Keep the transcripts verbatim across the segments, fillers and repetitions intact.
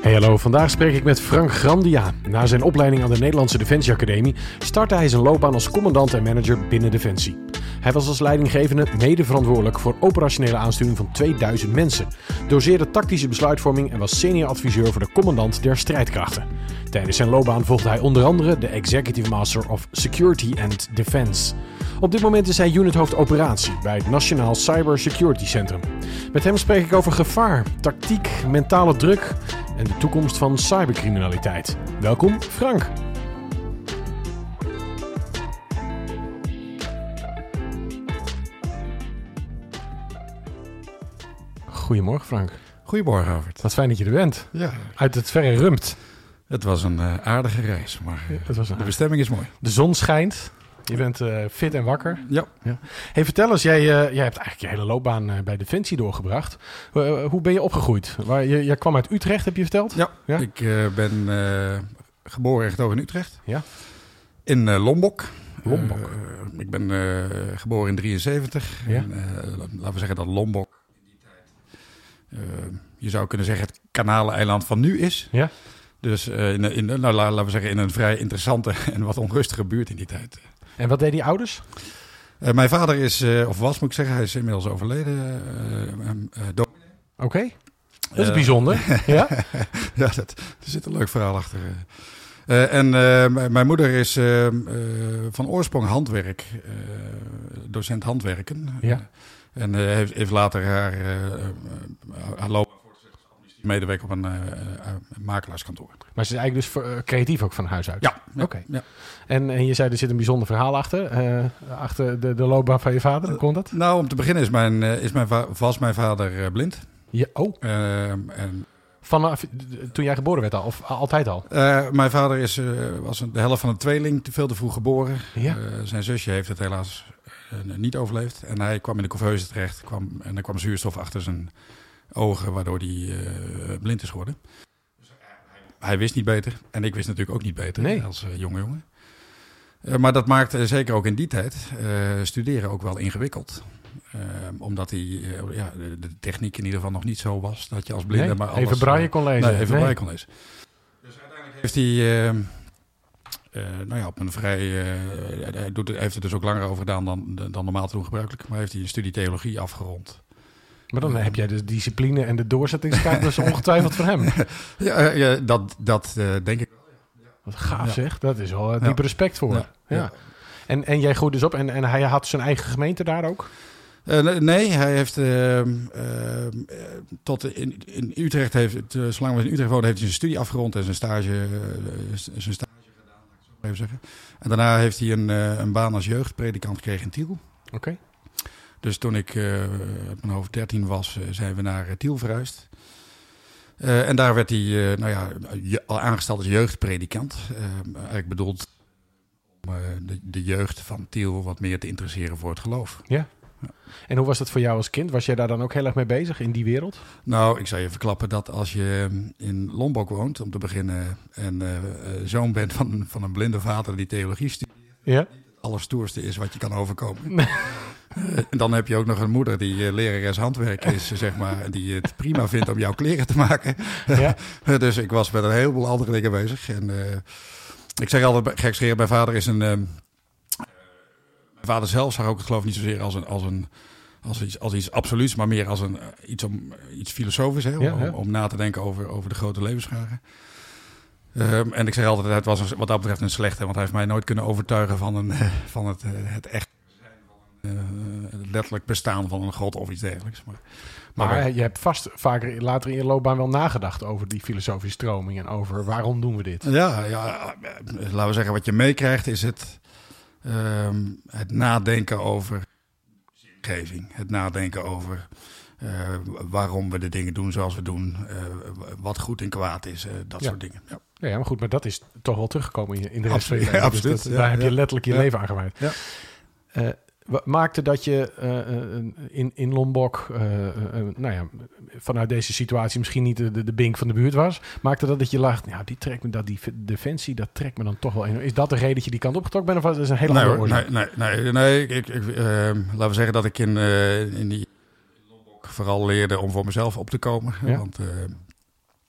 Hey, hallo, vandaag spreek ik met Frank Grandia. Na zijn opleiding aan de Nederlandse Defensie Academie startte hij zijn loopbaan als commandant en manager binnen Defensie. Hij was als leidinggevende mede verantwoordelijk voor operationele aansturing van tweeduizend mensen, doseerde tactische besluitvorming en was senior adviseur voor de commandant der strijdkrachten. Tijdens zijn loopbaan volgde hij onder andere de Executive Master of Security and Defense. Op dit moment is hij unithoofd operatie bij het Nationaal Cyber Security Centrum. Met hem spreek ik over gevaar, tactiek, mentale druk en de toekomst van cybercriminaliteit. Welkom, Frank. Goedemorgen, Frank. Goedemorgen, Havert. Wat fijn dat je er bent. Ja. Uit het verre Rumpt. Het was een uh, aardige reis, maar uh, het was een de bestemming is mooi. De zon schijnt. Je bent uh, fit en wakker. Ja. ja. Hey, vertel eens, jij, uh, jij hebt eigenlijk je hele loopbaan uh, bij Defensie doorgebracht. Uh, hoe ben je opgegroeid? Waar, je, jij kwam uit Utrecht, heb je verteld? Ja, ja? ik uh, ben uh, geboren echt over in Utrecht. Ja. In uh, Lombok. Lombok. Uh, ik ben uh, geboren in drieënzeventig. Ja. En, uh, laten we zeggen dat Lombok in die tijd, uh, je zou kunnen zeggen, het kanaleiland van nu is. Ja. Dus uh, in, in, nou, laten we zeggen in een vrij interessante en wat onrustige buurt in die tijd. En wat deden die ouders? Uh, mijn vader is, uh, of was moet ik zeggen, hij is inmiddels overleden. Uh, uh, uh, Oké, okay. Dat is uh, bijzonder. ja, ja dat, er zit een leuk verhaal achter. Uh, en uh, m- mijn moeder is uh, uh, van oorsprong handwerk, uh, docent handwerken. Ja. Uh, en uh, heeft, heeft later haar, uh, haar loopbaan voortgezet als medewerker op een uh, uh, makelaarskantoor. Maar ze is eigenlijk dus uh, creatief ook van huis uit? Ja. ja Oké. Okay. Ja. En, en je zei, er zit een bijzonder verhaal achter. Uh, achter de, de loopbaan van je vader. Hoe komt dat? Uh, nou, om te beginnen is mijn, uh, is mijn va- was mijn vader uh, blind. Ja, oh. Uh, en Vanaf toen jij geboren werd al? Of altijd al? Uh, mijn vader is, uh, was de helft van een tweeling, te veel te vroeg geboren. Ja. Uh, zijn zusje heeft het helaas uh, niet overleefd. En hij kwam in de couveuse terecht. Kwam, en er kwam zuurstof achter zijn ogen, waardoor hij uh, blind is geworden. Dus hij, hij wist niet beter. En ik wist natuurlijk ook niet beter nee. als uh, jonge jongen. Uh, maar dat maakte zeker ook in die tijd uh, studeren ook wel ingewikkeld. Uh, omdat die, uh, ja, de, de techniek in ieder geval nog niet zo was dat je als blinde nee, maar alles, even braille kon lezen. Nee, even nee. braille kon lezen. Dus uiteindelijk heeft hij, uh, uh, nou ja, op een vrij, uh, hij doet, heeft er dus ook langer over gedaan dan, dan normaal te doen gebruikelijk, maar heeft hij een studie theologie afgerond. Maar dan uh, heb jij de discipline en de doorzettingskracht dus ongetwijfeld voor hem. Ja, ja dat, dat uh, denk ik. Wat gaaf ja. zeg, dat is wel uh, diep ja. respect voor. Ja. Ja. Ja. En, en jij groeit dus op en, en hij had zijn eigen gemeente daar ook? Uh, nee, hij heeft uh, uh, tot in, in Utrecht, heeft, uh, zolang we in Utrecht woonden, heeft hij zijn studie afgerond en zijn stage, uh, zijn stage gedaan, laat ik zo even zeggen. En daarna heeft hij een, uh, een baan als jeugdpredikant gekregen in Tiel. Oké. Okay. Dus toen ik uh, op mijn hoofd dertien was, uh, zijn we naar uh, Tiel verhuisd. Uh, en daar werd hij uh, nou ja, je, al aangesteld als jeugdpredikant. Uh, eigenlijk bedoeld om uh, de, de jeugd van Tiel wat meer te interesseren voor het geloof. Ja. Ja. En hoe was dat voor jou als kind? Was jij daar dan ook heel erg mee bezig in die wereld? Nou, ik zou je verklappen dat als je in Lombok woont, om te beginnen, en uh, zoon bent van, van een blinde vader die theologie studeert, ja? het allerstoerste is wat je kan overkomen. Nee. Uh, en dan heb je ook nog een moeder die uh, lerares handwerk is, zeg maar, die het prima vindt om jouw kleren te maken. Ja? uh, dus ik was met een heleboel andere dingen bezig. En uh, ik zeg altijd, gekscherend, mijn vader is een... Uh, Mijn vader zelf zag ook het geloof niet zozeer als, een, als, een, als, iets, als iets absoluuts, maar meer als een, iets, om, iets filosofisch, hè, om, ja, ja. om na te denken over, over de grote levensvragen. Um, en ik zeg altijd, het was een, wat dat betreft een slechte, want hij heeft mij nooit kunnen overtuigen van, een, van het, het echt zijn van een, uh, letterlijk bestaan van een god of iets dergelijks. Maar, maar, maar je hebt vast vaker later in je loopbaan wel nagedacht over die filosofische stroming en over waarom doen we dit? Ja, ja, laten we zeggen, wat je meekrijgt is het... Um, het nadenken over zingeving. Het nadenken over uh, waarom we de dingen doen zoals we doen. Uh, wat goed en kwaad is. Uh, dat ja. soort dingen. Ja. Ja, maar goed, maar dat is toch wel teruggekomen in, in de rest absoluut, van je leven. Ja, absoluut. Dus dat, ja, daar heb je ja. letterlijk je ja. leven aan gewijd. Ja. Uh, maakte dat je uh, in, in Lombok, uh, uh, nou ja, vanuit deze situatie misschien niet de, de, de bink van de buurt was, maakte dat dat je lacht, nou, die trekt me dat, die defensie, dat trekt me dan toch wel in. Is dat de reden dat je die kant opgetrokken bent, of is dat een hele nee, andere oorzaak? Nee, nee, nee, nee ik, ik, uh, laten we zeggen dat ik in, uh, in die Lombok vooral leerde om voor mezelf op te komen. Ja. Want uh,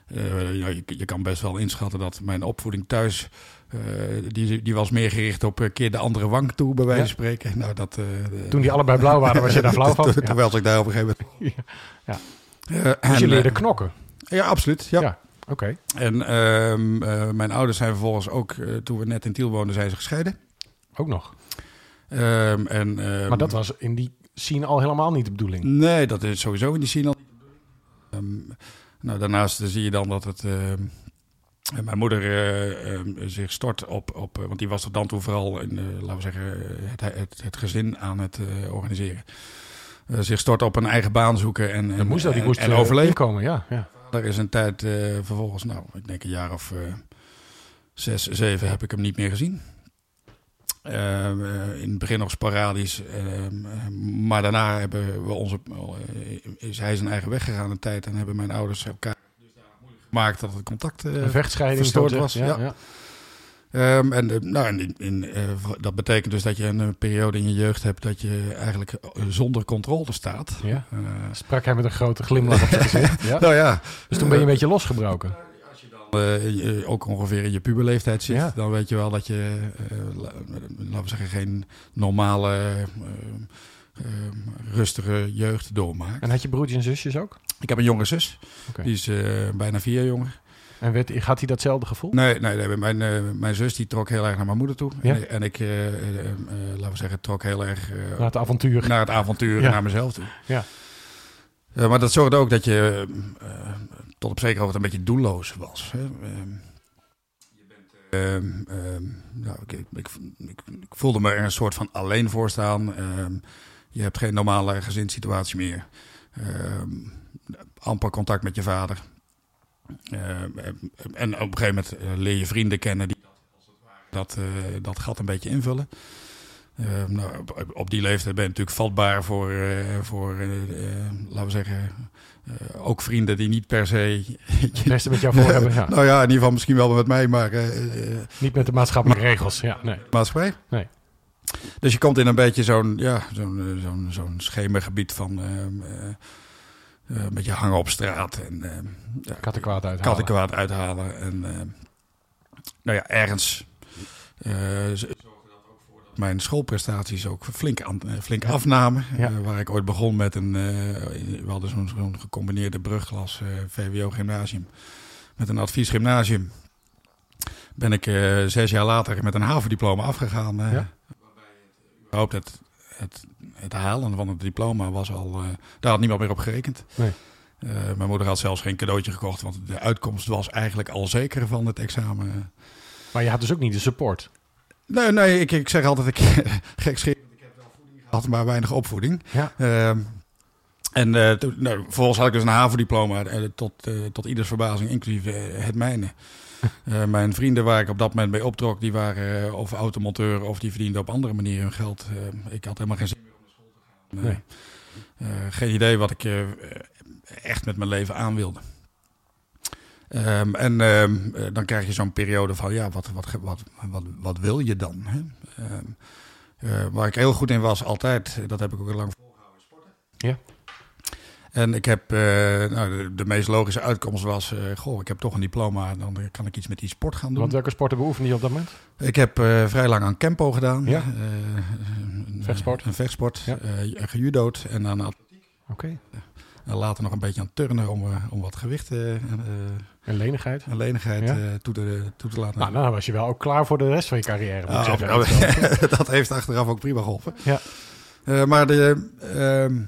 uh, ja, je, je kan best wel inschatten dat mijn opvoeding thuis... Uh, die, die was meer gericht op een keer de andere wang toe, bij wijze van ja. spreken. Nou, dat, uh, Toen die allebei blauw waren, was je daar flauw van? Toen ja. was ik daar op een gegeven moment... ja. Ja. Uh, dus je leerde knokken? Ja, absoluut. Ja. ja. Oké. Okay. En uh, uh, mijn ouders zijn vervolgens ook, uh, toen we net in Tiel woonden, zijn ze gescheiden. Ook nog? Um, en, um, maar dat was in die scene al helemaal niet de bedoeling? Nee, dat is sowieso in die scene al niet de bedoeling. Um, nou, daarnaast uh, zie je dan dat het... Uh, mijn moeder uh, uh, zich stort op, op... Want die was er dan toe vooral, in, uh, laten we zeggen, het, het, het gezin aan het uh, organiseren. Uh, zich stort op een eigen baan zoeken en, en, moest dat, die en, moest en overleven. Komen, ja, ja. Er is een tijd uh, vervolgens, nou, ik denk een jaar of uh, zes, zeven heb ik hem niet meer gezien. Uh, uh, in het begin nog sporadisch, uh, maar daarna hebben we onze, uh, is hij zijn eigen weg gegaan een tijd en hebben mijn ouders elkaar gemaakt dat het contact uh, een vechtscheiding verstoord was. Ja, ja. Ja. Um, en uh, nou, in, in, uh, dat betekent dus dat je een uh, periode in je jeugd hebt dat je eigenlijk uh, zonder controle staat. Ja. Uh, Sprak hij met een grote glimlach op zijn gezicht. Ja. Nou ja. Dus toen ben je een beetje losgebroken. Als je dan uh, ook ongeveer in je puberleeftijd zit, ja. dan weet je wel dat je, uh, laten we zeggen, geen normale, uh, uh, rustige jeugd doormaakt. En had je broertjes en zusjes ook? Ik heb een jongere zus. Okay. Die is uh, bijna vier jaar jonger. En werd, had hij datzelfde gevoel? Nee, nee, nee mijn, uh, mijn zus die trok heel erg naar mijn moeder toe. Ja? En, en ik, uh, uh, uh, laten we zeggen, trok heel erg... Uh, naar het avontuur. Naar het avontuur, ja. naar mezelf toe. Ja. Uh, maar dat zorgde ook dat je uh, tot op zekere hoogte een beetje doelloos was. Hè? Uh, je bent, uh, uh, nou, ik, ik, ik, ik, ik voelde me er een soort van alleen voor staan. Uh, je hebt geen normale gezinssituatie meer. Uh, amper contact met je vader. Uh, en op een gegeven moment uh, leer je vrienden kennen die dat, uh, dat gat een beetje invullen. Uh, nou, op, op die leeftijd ben je natuurlijk vatbaar voor, uh, voor uh, uh, laten we zeggen, uh, ook vrienden die niet per se... het beste met jou voor hebben, ja. Nou ja, in ieder geval misschien wel met mij, maar... Uh, uh, niet met de maatschappelijke ma- regels, ja. Nee. Maatschappij? Nee. Dus je komt in een beetje zo'n, ja, zo'n, uh, zo'n, zo'n schemergebied van... Uh, uh, Uh, een beetje hangen op straat en uh, ja, kattenkwaad uithalen. Kattenkwaad uithalen. En uh, nou ja, ergens uh, zorgde dat ook voor dat mijn schoolprestaties ook flink, aan, uh, flink ja. afnamen. Ja. Uh, waar ik ooit begon met een, uh, we hadden zo'n, zo'n gecombineerde brugklas uh, V W O gymnasium met een advies gymnasium. Ben ik uh, zes jaar later met een havendiploma afgegaan. Uh, ja. Waarbij het überhaupt het Het, het halen van het diploma was al... Uh, daar had niemand meer op gerekend. Nee. Uh, mijn moeder had zelfs geen cadeautje gekocht... want de uitkomst was eigenlijk al zeker van het examen. Maar je had dus ook niet de support? Nee, nee ik, ik zeg altijd... Ik, gekscherend, ik heb wel voeding gehad, maar weinig opvoeding. Ja. Uh, en uh, to, nou, vervolgens had ik dus een havendiploma... Uh, tot, uh, tot ieders verbazing, inclusief uh, het mijne. Uh, mijn vrienden waar ik op dat moment mee optrok, die waren uh, of automonteur of die verdienden op andere manieren hun geld. Uh, ik had helemaal geen zin meer om naar school te gaan. Uh, nee. uh, geen idee wat ik uh, echt met mijn leven aan wilde. Um, en um, uh, dan krijg je zo'n periode van, ja, wat, wat, wat, wat, wat wil je dan? Hè? Um, uh, waar ik heel goed in was, altijd, dat heb ik ook heel lang volgehouden, sporten. Ja. En ik heb, uh, nou, de, de meest logische uitkomst was, uh, goh, ik heb toch een diploma, dan kan ik iets met die sport gaan doen. Want welke sporten beoefen je op dat moment? Ik heb uh, vrij lang aan Kempo gedaan. Ja. Uh, een, vechtsport? Een vechtsport, ja. uh, gejudo'd en aan atletiek. Oké. Okay. Uh, later nog een beetje aan turnen om, uh, om wat gewicht uh, uh, en lenigheid, en lenigheid ja. uh, toe, te, toe te laten. Nou, dan was je wel ook klaar voor de rest van je carrière. Uh, uh, dat heeft achteraf ook prima geholpen. Ja. Uh, maar de... Uh,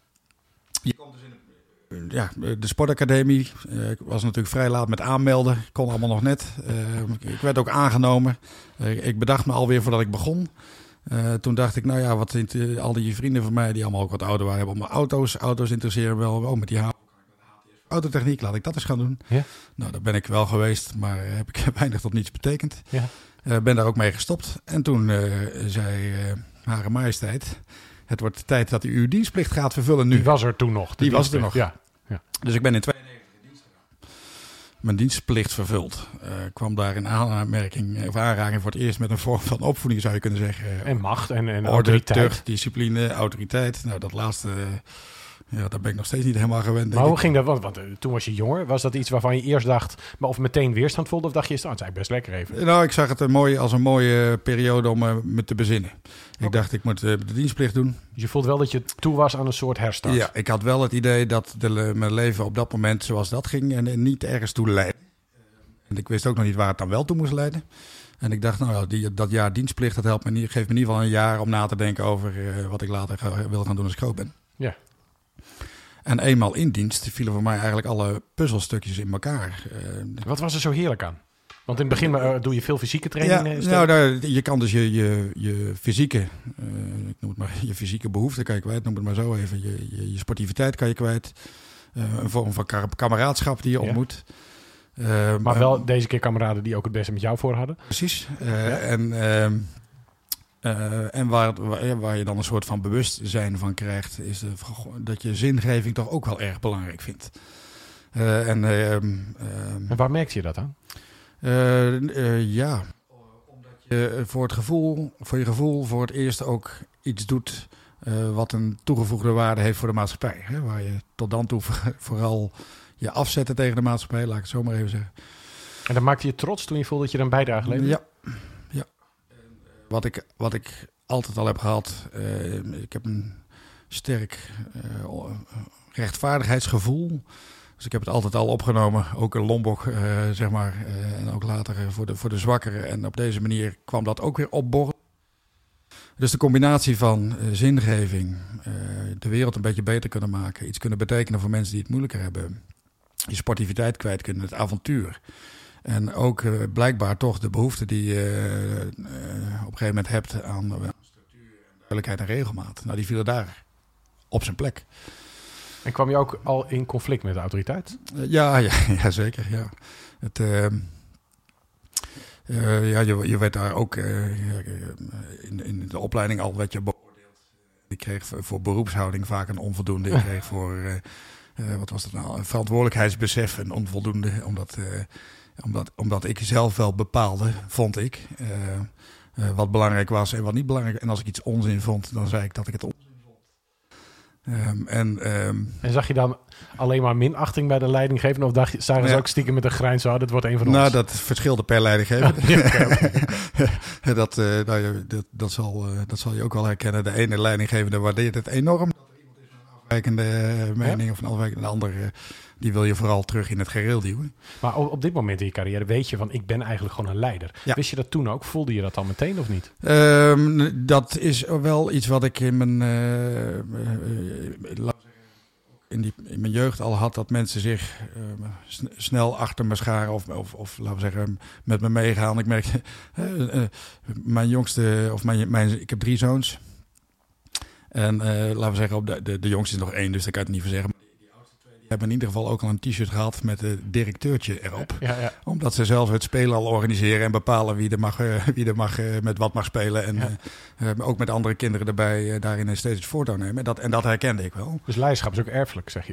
Ja, de sportacademie. Uh, ik was natuurlijk vrij laat met aanmelden. Ik kon allemaal nog net. Uh, ik werd ook aangenomen. Uh, ik bedacht me alweer voordat ik begon. Uh, toen dacht ik, nou ja, wat uh, al die vrienden van mij, die allemaal ook wat ouder waren, hebben allemaal auto's. Auto's interesseren wel. Oh, met die H T autotechniek, laat ik dat eens gaan doen. Ja. Nou, daar ben ik wel geweest, maar heb ik weinig tot niets betekend. Ja. Uh, ben daar ook mee gestopt. En toen uh, zei uh, Hare Majesteit, het wordt tijd dat u uw dienstplicht gaat vervullen nu. Die was er toen nog. Die was er nog. Ja. Ja. Dus ik ben in tweeënnegentig in dienst gegaan. Mijn dienstplicht vervuld. Uh, kwam daar in aanmerking of aanraking voor het eerst met een vorm van opvoeding, zou je kunnen zeggen. En macht en, en orde, autoriteit. Tucht, discipline, autoriteit. Nou, dat laatste Ja, daar ben ik nog steeds niet helemaal gewend. Maar hoe ik. ging dat? Want, want uh, toen was je jonger. Was dat iets waarvan je eerst dacht, maar of meteen weerstand voelde? Of dacht je, oh, het is eigenlijk best lekker even? Nou, ik zag het een mooie, als een mooie periode om uh, me te bezinnen. Okay. Ik dacht, ik moet uh, de dienstplicht doen. Dus je voelde wel dat je toe was aan een soort herstart? Ja, ik had wel het idee dat de, mijn leven op dat moment zoals dat ging en, en niet ergens toe leidde. En ik wist ook nog niet waar het dan wel toe moest leiden. En ik dacht, nou, die, dat jaar dienstplicht, dat helpt me niet, geeft me in ieder geval een jaar om na te denken over uh, wat ik later ga, wil gaan doen als ik groot ben. Ja. En eenmaal in dienst vielen voor mij eigenlijk alle puzzelstukjes in elkaar. Uh, wat was er zo heerlijk aan? Want in het begin uh, doe je veel fysieke training. Ja, nou, nou, je kan dus je, je, je fysieke, uh, ik noem het maar, je fysieke behoeften kan je kwijt, noem het maar zo even. Je, je, je sportiviteit kan je kwijt. Uh, een vorm van kameraadschap die je ontmoet. Ja. Uh, maar wel uh, deze keer kameraden die ook het beste met jou voor hadden. Precies. Uh, ja. En, uh, uh, en waar, waar, waar je dan een soort van bewustzijn van krijgt, is de, dat je zingeving toch ook wel erg belangrijk vindt. Uh, en, uh, uh, en waar merkte je dat aan? Uh, uh, ja, omdat je voor het gevoel, voor je gevoel voor het eerst ook iets doet uh, wat een toegevoegde waarde heeft voor de maatschappij. Hè? Waar je tot dan toe vooral je afzette tegen de maatschappij, laat ik het zo maar even zeggen. En dan maakte je trots toen je voelde dat je er een bijdrage leverde? Ja, ja. Wat ik, wat ik altijd al heb gehad, uh, ik heb een sterk uh, rechtvaardigheidsgevoel. Dus ik heb het altijd al opgenomen, ook in Lombok, uh, zeg maar, uh, en ook later uh, voor, de, voor de zwakkeren. En op deze manier kwam dat ook weer opborrelen. Dus de combinatie van uh, zingeving, uh, de wereld een beetje beter kunnen maken, iets kunnen betekenen voor mensen die het moeilijker hebben, je sportiviteit kwijt kunnen, het avontuur. En ook uh, blijkbaar toch de behoefte die je uh, uh, op een gegeven moment hebt aan uh, structuur, duidelijkheid en regelmaat. Nou, die vielen daar op zijn plek. En kwam je ook al in conflict met de autoriteit? Uh, ja, ja, ja, zeker. Ja. Het, uh, uh, ja, je, je werd daar ook uh, in, in de opleiding al werd je beoordeeld. Ik kreeg voor, voor beroepshouding vaak een onvoldoende. Ik kreeg voor, uh, uh, wat was dat nou, een verantwoordelijkheidsbesef een onvoldoende. Omdat, uh, omdat, omdat ik zelf wel bepaalde, vond ik, uh, uh, wat belangrijk was en wat niet belangrijk. En als ik iets onzin vond, dan zei ik dat ik het onzin. Um, en, um, en zag je dan alleen maar minachting bij de leidinggevende? Of dacht je, zagen ze ja. ook stiekem met een grijns, zo, dit wordt een van ons? Nou, dat verschilde per leidinggevende. Ja, okay, okay. dat, uh, nou, dat, dat, zal, uh, dat zal je ook wel herkennen. De ene leidinggevende waardeert het enorm. Dat er iemand is met een afwijkende uh, mening ja? of een afwijkende. De andere, uh, die wil je vooral terug in het gereel duwen. Maar op, op dit moment in je carrière weet je van, ik ben eigenlijk gewoon een leider. Ja. Wist je dat toen ook? Voelde je dat al meteen of niet? Um, dat is wel iets wat ik in mijn... Uh, uh, uh, In, die, in mijn jeugd al had, dat mensen zich uh, sn- snel achter me scharen of, of, of laten we zeggen met me meegaan. Ik merk, uh, uh, mijn jongste, of mijn, mijn, ik heb drie zoons. En uh, laten we zeggen, op de, de, de jongste is nog één, dus daar kan ik het niet voor zeggen. Maar die, die oudste twee die hebben in ieder geval ook al een t-shirt gehad met het directeurtje erop. Ja, ja. Omdat ze zelf het spelen al organiseren en bepalen wie er mag, uh, wie er mag uh, met wat mag spelen. En ja. uh, uh, ook met andere kinderen erbij uh, daarin steeds het voortouw nemen. En dat, en dat herkende ik wel. Dus leiderschap is ook erfelijk, zeg je?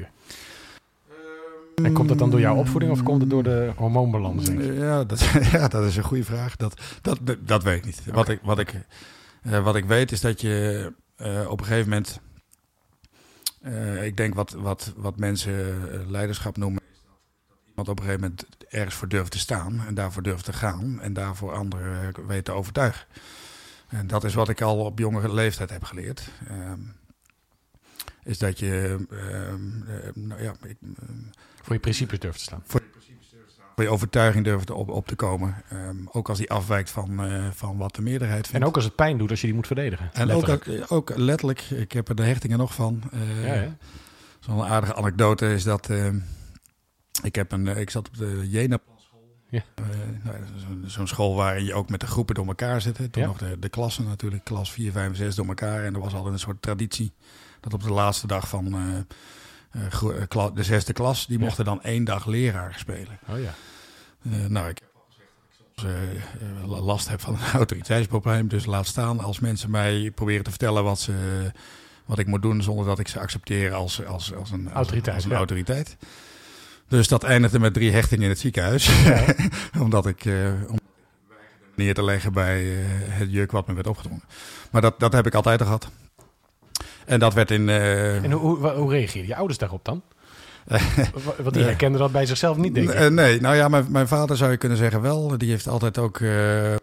Um, en komt dat dan door jouw opvoeding of komt het door de hormoonbalans? Denk je? Ja, dat, ja, dat is een goede vraag. Dat, dat, dat, dat weet ik niet. Okay. Wat, ik, wat, ik, uh, wat ik weet is dat je uh, op een gegeven moment... Uh, ik denk wat, wat, wat mensen uh, leiderschap noemen... iemand op een gegeven moment ergens voor durft te staan en daarvoor durft te gaan en daarvoor anderen weet te overtuigen. En dat is wat ik al op jonge leeftijd heb geleerd. Um, is dat je... Um, uh, nou ja, ik, um, voor je principes durft te staan. Voor je, principes durft te staan. Voor je overtuiging durft op, op te komen. Um, ook als die afwijkt van, uh, van wat de meerderheid vindt. En ook als het pijn doet als je die moet verdedigen. En letterlijk. Ook, ook letterlijk. Ik heb er de hechtingen nog van. Uh, ja, ja. Zo'n aardige anekdote is dat... Uh, Ik, heb een, ik zat op de Jena-school. Ja. Uh, nou, zo, zo'n school waarin je ook met de groepen door elkaar zit. Toen ja. nog de, de klassen natuurlijk, klas vier, vijf en zes door elkaar. En er was altijd een soort traditie dat op de laatste dag van uh, uh, kla- de zesde klas, die mochten ja. dan één dag leraar spelen. Oh ja. Uh, nou, ik heb al gezegd dat ik soms uh, last heb van een autoriteitsprobleem. Dus laat staan als mensen mij proberen te vertellen wat, ze, wat ik moet doen zonder dat ik ze accepteer als, als, als een autoriteit. Als een ja. autoriteit. Dus dat eindigde met drie hechtingen in het ziekenhuis. Ja. Omdat ik uh, om neer te leggen bij uh, het juk wat me werd opgedrongen. Maar dat, dat heb ik altijd al gehad. En dat werd in... Uh... En hoe, hoe, hoe reageerden je ouders daarop dan? Want die herkenden dat bij zichzelf niet, denk ik. Uh, nee, nou ja, mijn, mijn vader zou je kunnen zeggen wel. Die heeft altijd ook... Uh, uh,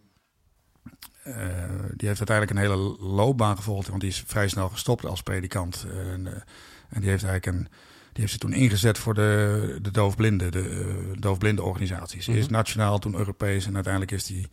die heeft uiteindelijk een hele loopbaan gevolgd. Want die is vrij snel gestopt als predikant. Uh, en, uh, en die heeft eigenlijk een... Die heeft zich toen ingezet voor de, de doofblinden, de uh, doofblinde organisaties. Mm-hmm. Eerst nationaal, toen Europees. En uiteindelijk is hij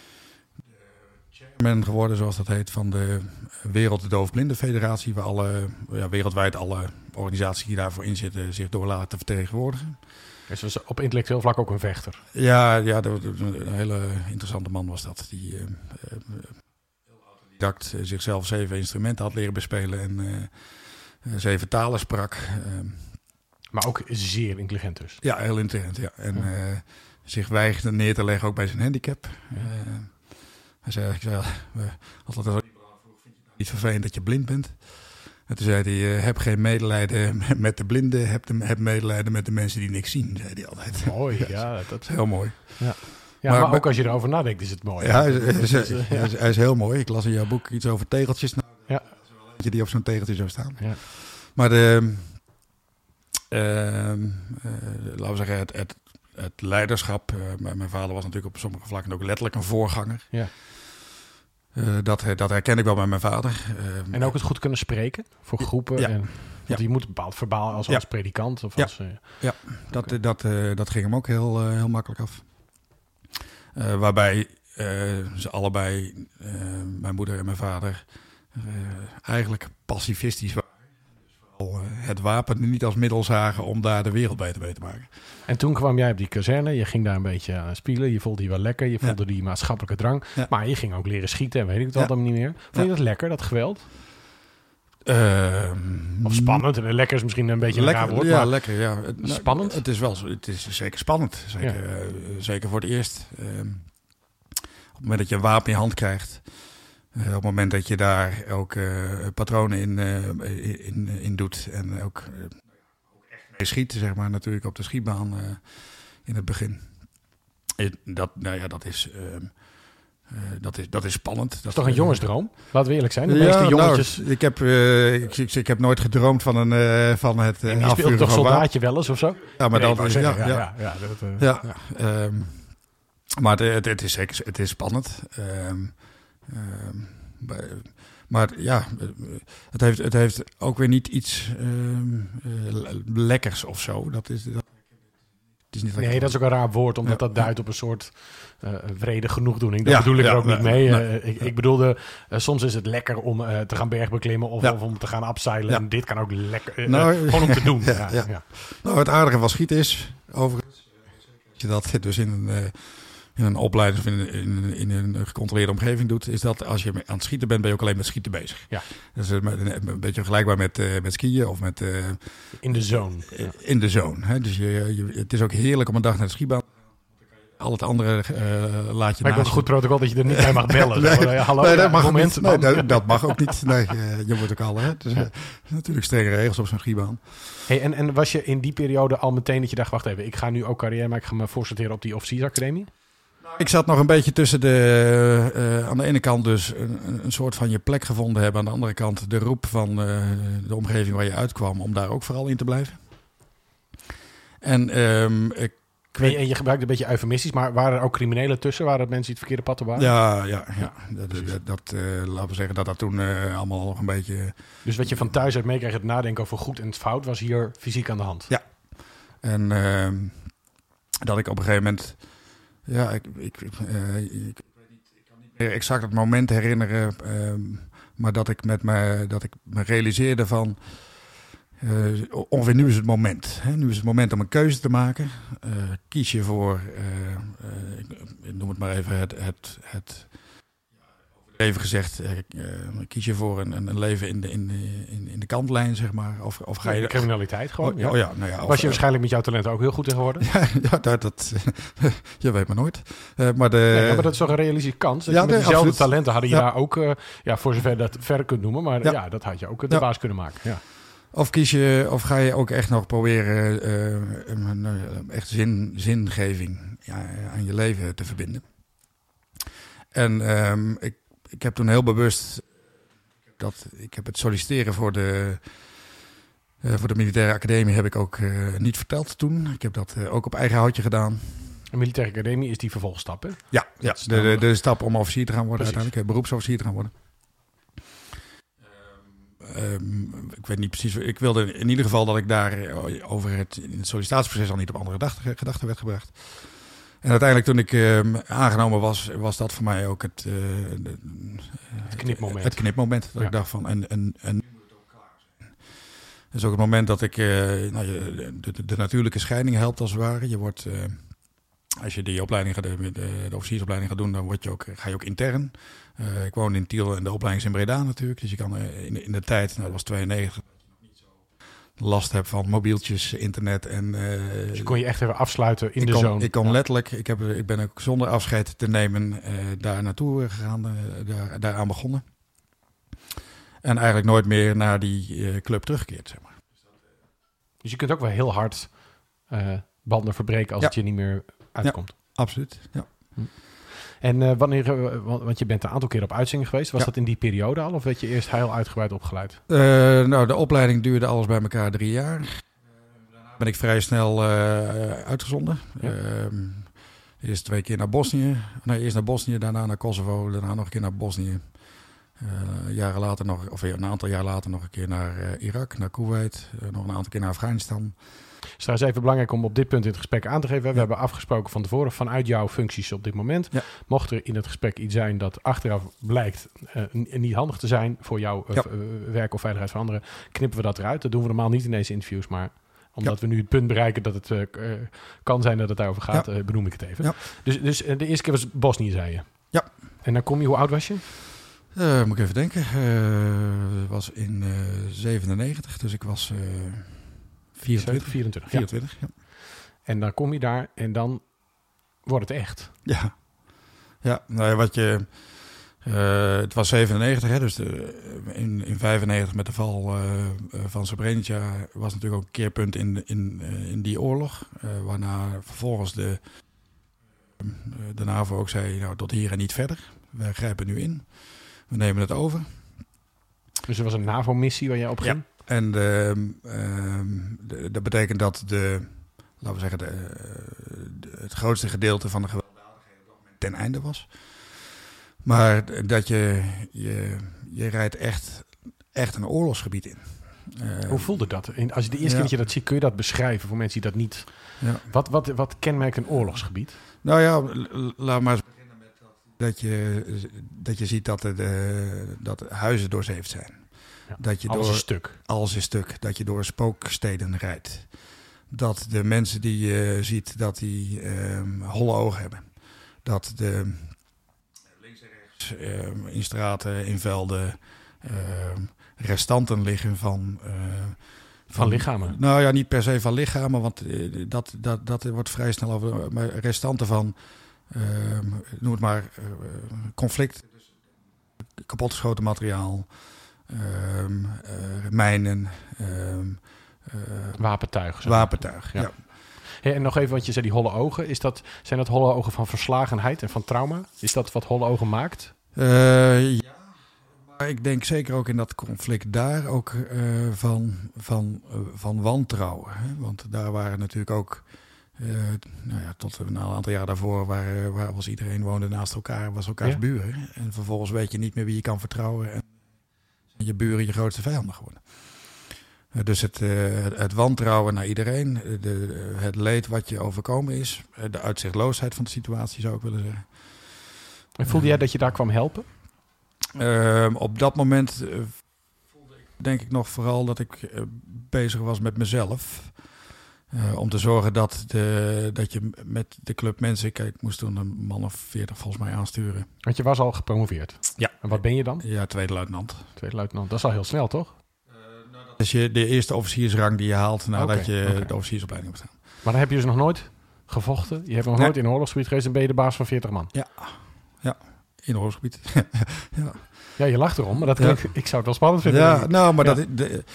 chairman geworden, zoals dat heet, van de Wereld Doofblinde Federatie. Waar alle, ja, wereldwijd alle organisaties die daarvoor inzitten zich door laten vertegenwoordigen. Dus was op intellectueel vlak ook een vechter. Ja, ja de, de, de, een hele interessante man was dat. Die uh, heel autodidact uh, zichzelf zeven instrumenten had leren bespelen en uh, zeven talen sprak. Uh, maar ook zeer intelligent dus. Ja, heel intelligent. Ja. En ja. Uh, zich weigerde neer te leggen ook bij zijn handicap. Ja. Uh, hij zei, ik zei uh, altijd als niet vervelend dat je blind bent. En toen zei hij, uh, heb geen medelijden met de blinden, heb, de, heb medelijden met de mensen die niks zien, zei hij altijd. Mooi, ja. ja dat is heel mooi. Ja, ja maar, maar ook als je erover nadenkt is het mooi. Ja, hij is, hij, is, hij, is, hij, is, hij is heel mooi. Ik las in jouw boek iets over tegeltjes. Nou, ja. Dat is wel eentje die op zo'n tegeltje zou staan. Ja. Maar de, uh, uh, laten we zeggen, het, het, het leiderschap. Uh, mijn vader was natuurlijk op sommige vlakken ook letterlijk een voorganger. Ja. Uh, dat, dat herken ik wel bij mijn vader. Uh, en ook het goed kunnen spreken voor groepen. Ja. En, want ja. je moet bepaald verbaal als, ja. als predikant. Of ja. als, uh, ja, dat, okay. dat, uh, dat ging hem ook heel, uh, heel makkelijk af. Uh, waarbij uh, ze allebei, uh, mijn moeder en mijn vader, uh, eigenlijk pacifistisch waren. Dus vooral uh, het wapen niet als middel zagen om daar de wereld beter mee te maken. En toen kwam jij op die kazerne, je ging daar een beetje aan spielen, je voelde je wel lekker, je voelde ja. die maatschappelijke drang. Ja. Maar je ging ook leren schieten en weet ik het ja. allemaal niet meer. Vond je ja. dat lekker, dat geweld? Uh, of spannend? En lekker is misschien een beetje een lekker, raar woord. Ja, maar lekker. Ja. Spannend? Nou, het is wel, het is zeker spannend. Zeker, ja. uh, zeker voor het eerst. Uh, op het moment dat je een wapen in je hand krijgt. Uh, op het moment dat je daar ook uh, patronen in, uh, in, in doet. En ook, uh, ook echt mee schiet, zeg maar, natuurlijk op de schietbaan uh, in het begin. Dat, nou ja, dat is... Uh, Uh, dat, is, dat is spannend. Dat is toch een uh, jongensdroom? Laten we eerlijk zijn. De ja, meeste jongetjes... Nou, ik, heb, uh, ik, ik, ik heb nooit gedroomd van, een, uh, van het uh, en je speelt toch soldaatje wel eens of zo? Ja, maar nee, dat is... Ja, ja, ja. ja, dat, uh, ja. ja. Um, maar het, het, het is zeker het is spannend. Um, um, maar ja, het heeft, het heeft ook weer niet iets um, uh, lekkers of zo. Dat is... Dat, is niet nee, dat is ook een raar woord, omdat ja, dat duidt op een soort uh, vrede genoegdoening. Dat ja, bedoel ik ja, er ook ja, niet mee. Nee, uh, ik, ik bedoelde, uh, soms is het lekker om uh, te gaan bergbeklimmen of, ja. of om te gaan upseilen. Ja. En dit kan ook lekker, uh, nou, uh, gewoon om te doen. ja, ja, ja. Ja. Nou, het aardige van schieten is, overigens, als je dat dus in een, uh, in een opleiding of in, in, in een gecontroleerde omgeving doet, is dat als je aan het schieten bent, ben je ook alleen met schieten bezig. Ja. Dat is een, een beetje vergelijkbaar met, uh, met skiën of met... Uh, in de zone. Ja. In de zone. Hè? Dus je, je, het is ook heerlijk om een dag naar de schietbaan. Al het andere uh, laat je maar naast. Ik heb een goed protocol dat je er niet bij mag bellen. nee, nee, hallo, nee, dat, ja, mag moment, niet, nee, dat, dat mag ook niet. Nee, uh, je moet ook al. Hè? Dus, uh, natuurlijk strenge regels op zo'n schietbaan. Hey, en, en was je in die periode al meteen dat je dacht, wacht even, ik ga nu ook carrière maken, ik ga me voorsorteren op die officiersacademie? Ik zat nog een beetje tussen de... Uh, aan de ene kant dus een, een soort van je plek gevonden hebben. Aan de andere kant de roep van uh, de omgeving waar je uitkwam. Om daar ook vooral in te blijven. En um, ik... En je, en je gebruikt een beetje eufemistisch. Maar waren er ook criminelen tussen? Waren er mensen die het verkeerde pad op waren? Ja, ja, ja. Dat, dat, dat uh, laten we zeggen dat dat toen uh, allemaal nog een beetje... Dus wat je van thuis uit meekreeg, het nadenken over goed en het fout, was hier fysiek aan de hand? Ja. En uh, dat ik op een gegeven moment... Ja, ik, ik, uh, ik, ik kan niet meer exact het moment herinneren, uh, maar dat ik, met me, dat ik me realiseerde van, uh, ongeveer nu is het moment. Hè? Nu is het moment om een keuze te maken. Uh, kies je voor, uh, uh, ik, ik noem het maar even, het, het, het even gezegd, uh, kies je voor een, een leven in de, in, de, in, in de kantlijn, zeg maar. Of, of ga je... De criminaliteit gewoon. Oh, ja. Oh, ja, nou ja, of, was je waarschijnlijk met jouw talenten ook heel goed in geworden? Ja, ja dat, dat je weet maar nooit. Uh, maar, de, nee, ja, maar dat is toch een realistische kans. Dat ja, je met nee, diezelfde absoluut. talenten hadden je ja. daar ook, uh, ja, voor zover dat verder kunt noemen, maar ja, ja dat had je ook de ja. baas kunnen maken. Ja. Of kies je, of ga je ook echt nog proberen uh, een, een, echt zin, zingeving ja, aan je leven te verbinden. En um, ik Ik heb toen heel bewust dat, ik heb het solliciteren voor de, uh, voor de militaire academie heb ik ook uh, niet verteld toen. Ik heb dat uh, ook op eigen houtje gedaan. De militaire academie is die vervolgstap, hè? Ja, ja de, de, de stap om officier te gaan worden, Precies. uiteindelijk, beroepsofficier te gaan worden. Um, ik weet niet precies. Ik wilde in ieder geval dat ik daar over het, in het sollicitatieproces al niet op andere gedachten, gedachten werd gebracht. En uiteindelijk toen ik um, aangenomen was, was dat voor mij ook het, uh, de, het knipmoment. Het knipmoment. Dat ja. ik dacht van, en, en, en nu moet het ook klaar zijn. Dat is ook het moment dat ik, uh, nou, de, de, de natuurlijke scheiding helpt als het ware. Je wordt, uh, als je die opleiding gaat, de, de officiersopleiding gaat doen, dan word je ook, ga je ook intern. Uh, ik woon in Tiel en de opleiding is in Breda natuurlijk. Dus je kan uh, in, in de tijd, nou dat was tweeënnegentig, last heb van mobieltjes, internet en... Uh, dus je kon je echt even afsluiten in ik de kon, zone. Ik kon ja. letterlijk, ik, heb, ik ben ook zonder afscheid te nemen uh, daar naartoe gegaan, uh, daar, daaraan begonnen. En eigenlijk nooit meer naar die uh, club teruggekeerd, zeg maar. Dus je kunt ook wel heel hard uh, banden verbreken als ja. het je niet meer uitkomt. Ja, absoluut, ja. Hm. En uh, wanneer, uh, want je bent een aantal keer op uitzending geweest. Was ja. dat in die periode al of werd je eerst heel uitgebreid opgeleid? Uh, nou, de opleiding duurde alles bij elkaar drie jaar. Uh, daarna ben ik vrij snel uh, uitgezonden. Ja. Uh, eerst twee keer naar Bosnië. Nee, eerst naar Bosnië, daarna naar Kosovo, daarna nog een keer naar Bosnië. Uh, jaren later nog, of een aantal jaar later nog een keer naar uh, Irak, naar Kuwait. Uh, nog een aantal keer naar Afghanistan. Het is trouwens even belangrijk om op dit punt in het gesprek aan te geven. We ja. hebben afgesproken van tevoren vanuit jouw functies op dit moment. Ja. Mocht er in het gesprek iets zijn dat achteraf blijkt uh, niet handig te zijn voor jouw uh, ja. uh, werk of veiligheid van anderen, knippen we dat eruit. Dat doen we normaal niet in deze interviews, maar omdat ja. we nu het punt bereiken dat het uh, uh, kan zijn dat het daarover gaat, ja. uh, benoem ik het even. Ja. Dus, dus uh, de eerste keer was Bosnië, zei je? Ja. En dan kom je, hoe oud was je? Uh, moet ik even denken. Uh, het was in uh, zevenennegentig, dus ik was... Uh, vierentwintig. vierentwintig, vierentwintig ja. ja. En dan kom je daar en dan wordt het echt. Ja. Ja, nou ja, wat je... Uh, het was zevenennegentig, hè, dus de, in, in vijfennegentig met de val uh, van Srebrenica was natuurlijk ook een keerpunt in, in, uh, in die oorlog. Uh, waarna vervolgens de, uh, de NAVO ook zei, nou tot hier en niet verder. Wij grijpen nu in. We nemen het over. Dus er was een NAVO-missie waar jij op ging? Ja. En de, uh, de, dat betekent dat de, laten we zeggen, de, de, het grootste gedeelte van de gewelddadigheden ten einde was. Maar dat je, je, je rijdt echt, echt een oorlogsgebied in. Uh, Hoe voelde dat? Als je de eerste ja. keer dat je dat ziet, kun je dat beschrijven voor mensen die dat niet... Ja. Wat, wat, wat kenmerkt een oorlogsgebied? Nou ja, laat maar eens beginnen met dat je, dat je ziet dat, de, de, dat huizen doorzeefd zijn. Ja, dat je alles door, is stuk. Alles is stuk. Dat je door spooksteden rijdt. Dat de mensen die je ziet, dat die um, holle ogen hebben. Dat de links en rechts um, in straten, in velden, um, restanten liggen van, uh, van... Van lichamen? Nou ja, niet per se van lichamen, want uh, dat, dat, dat wordt vrij snel over... Maar restanten van, um, noem het maar, uh, conflict. Kapotgeschoten materiaal... Um, uh, mijnen, um, uh, wapentuig. Zo. Wapentuig, ja. ja. Hey, en nog even, want je zei die holle ogen. Is dat, zijn dat holle ogen van verslagenheid en van trauma? Is dat wat holle ogen maakt? Uh, ja, maar ik denk zeker ook in dat conflict daar ook uh, van, van, uh, van wantrouwen. Hè? Want daar waren natuurlijk ook... Uh, nou ja, tot een aantal jaar daarvoor waar, waar was iedereen woonde naast elkaar, was elkaars ja. buren. En vervolgens weet je niet meer wie je kan vertrouwen... En je buren je grootste vijanden geworden. Uh, dus het, uh, het wantrouwen naar iedereen, de, de, het leed wat je overkomen is, de uitzichtloosheid van de situatie zou ik willen zeggen. En voelde uh, jij dat je daar kwam helpen? Uh, op dat moment uh, voelde ik denk ik nog vooral dat ik uh, bezig was met mezelf. Uh, om te zorgen dat, de, dat je met de club mensen... Kijk, ik moest toen een man of veertig volgens mij aansturen. Want je was al gepromoveerd? Ja. En wat ben je dan? Ja, tweede luitenant. Tweede luitenant, dat is al heel snel, toch? Uh, nou, dat is je de eerste officiersrang die je haalt nadat okay, je okay. de officiersopleiding hebt gedaan. Maar dan heb je dus nog nooit gevochten? Je hebt nog nee. nooit in een oorlogsgebied geweest en ben je de baas van veertig man? Ja, ja. In een oorlogsgebied. ja. ja, je lacht erom, maar dat ja. ik, ik zou het wel spannend vinden. Ja, nou, maar ja. dat... De,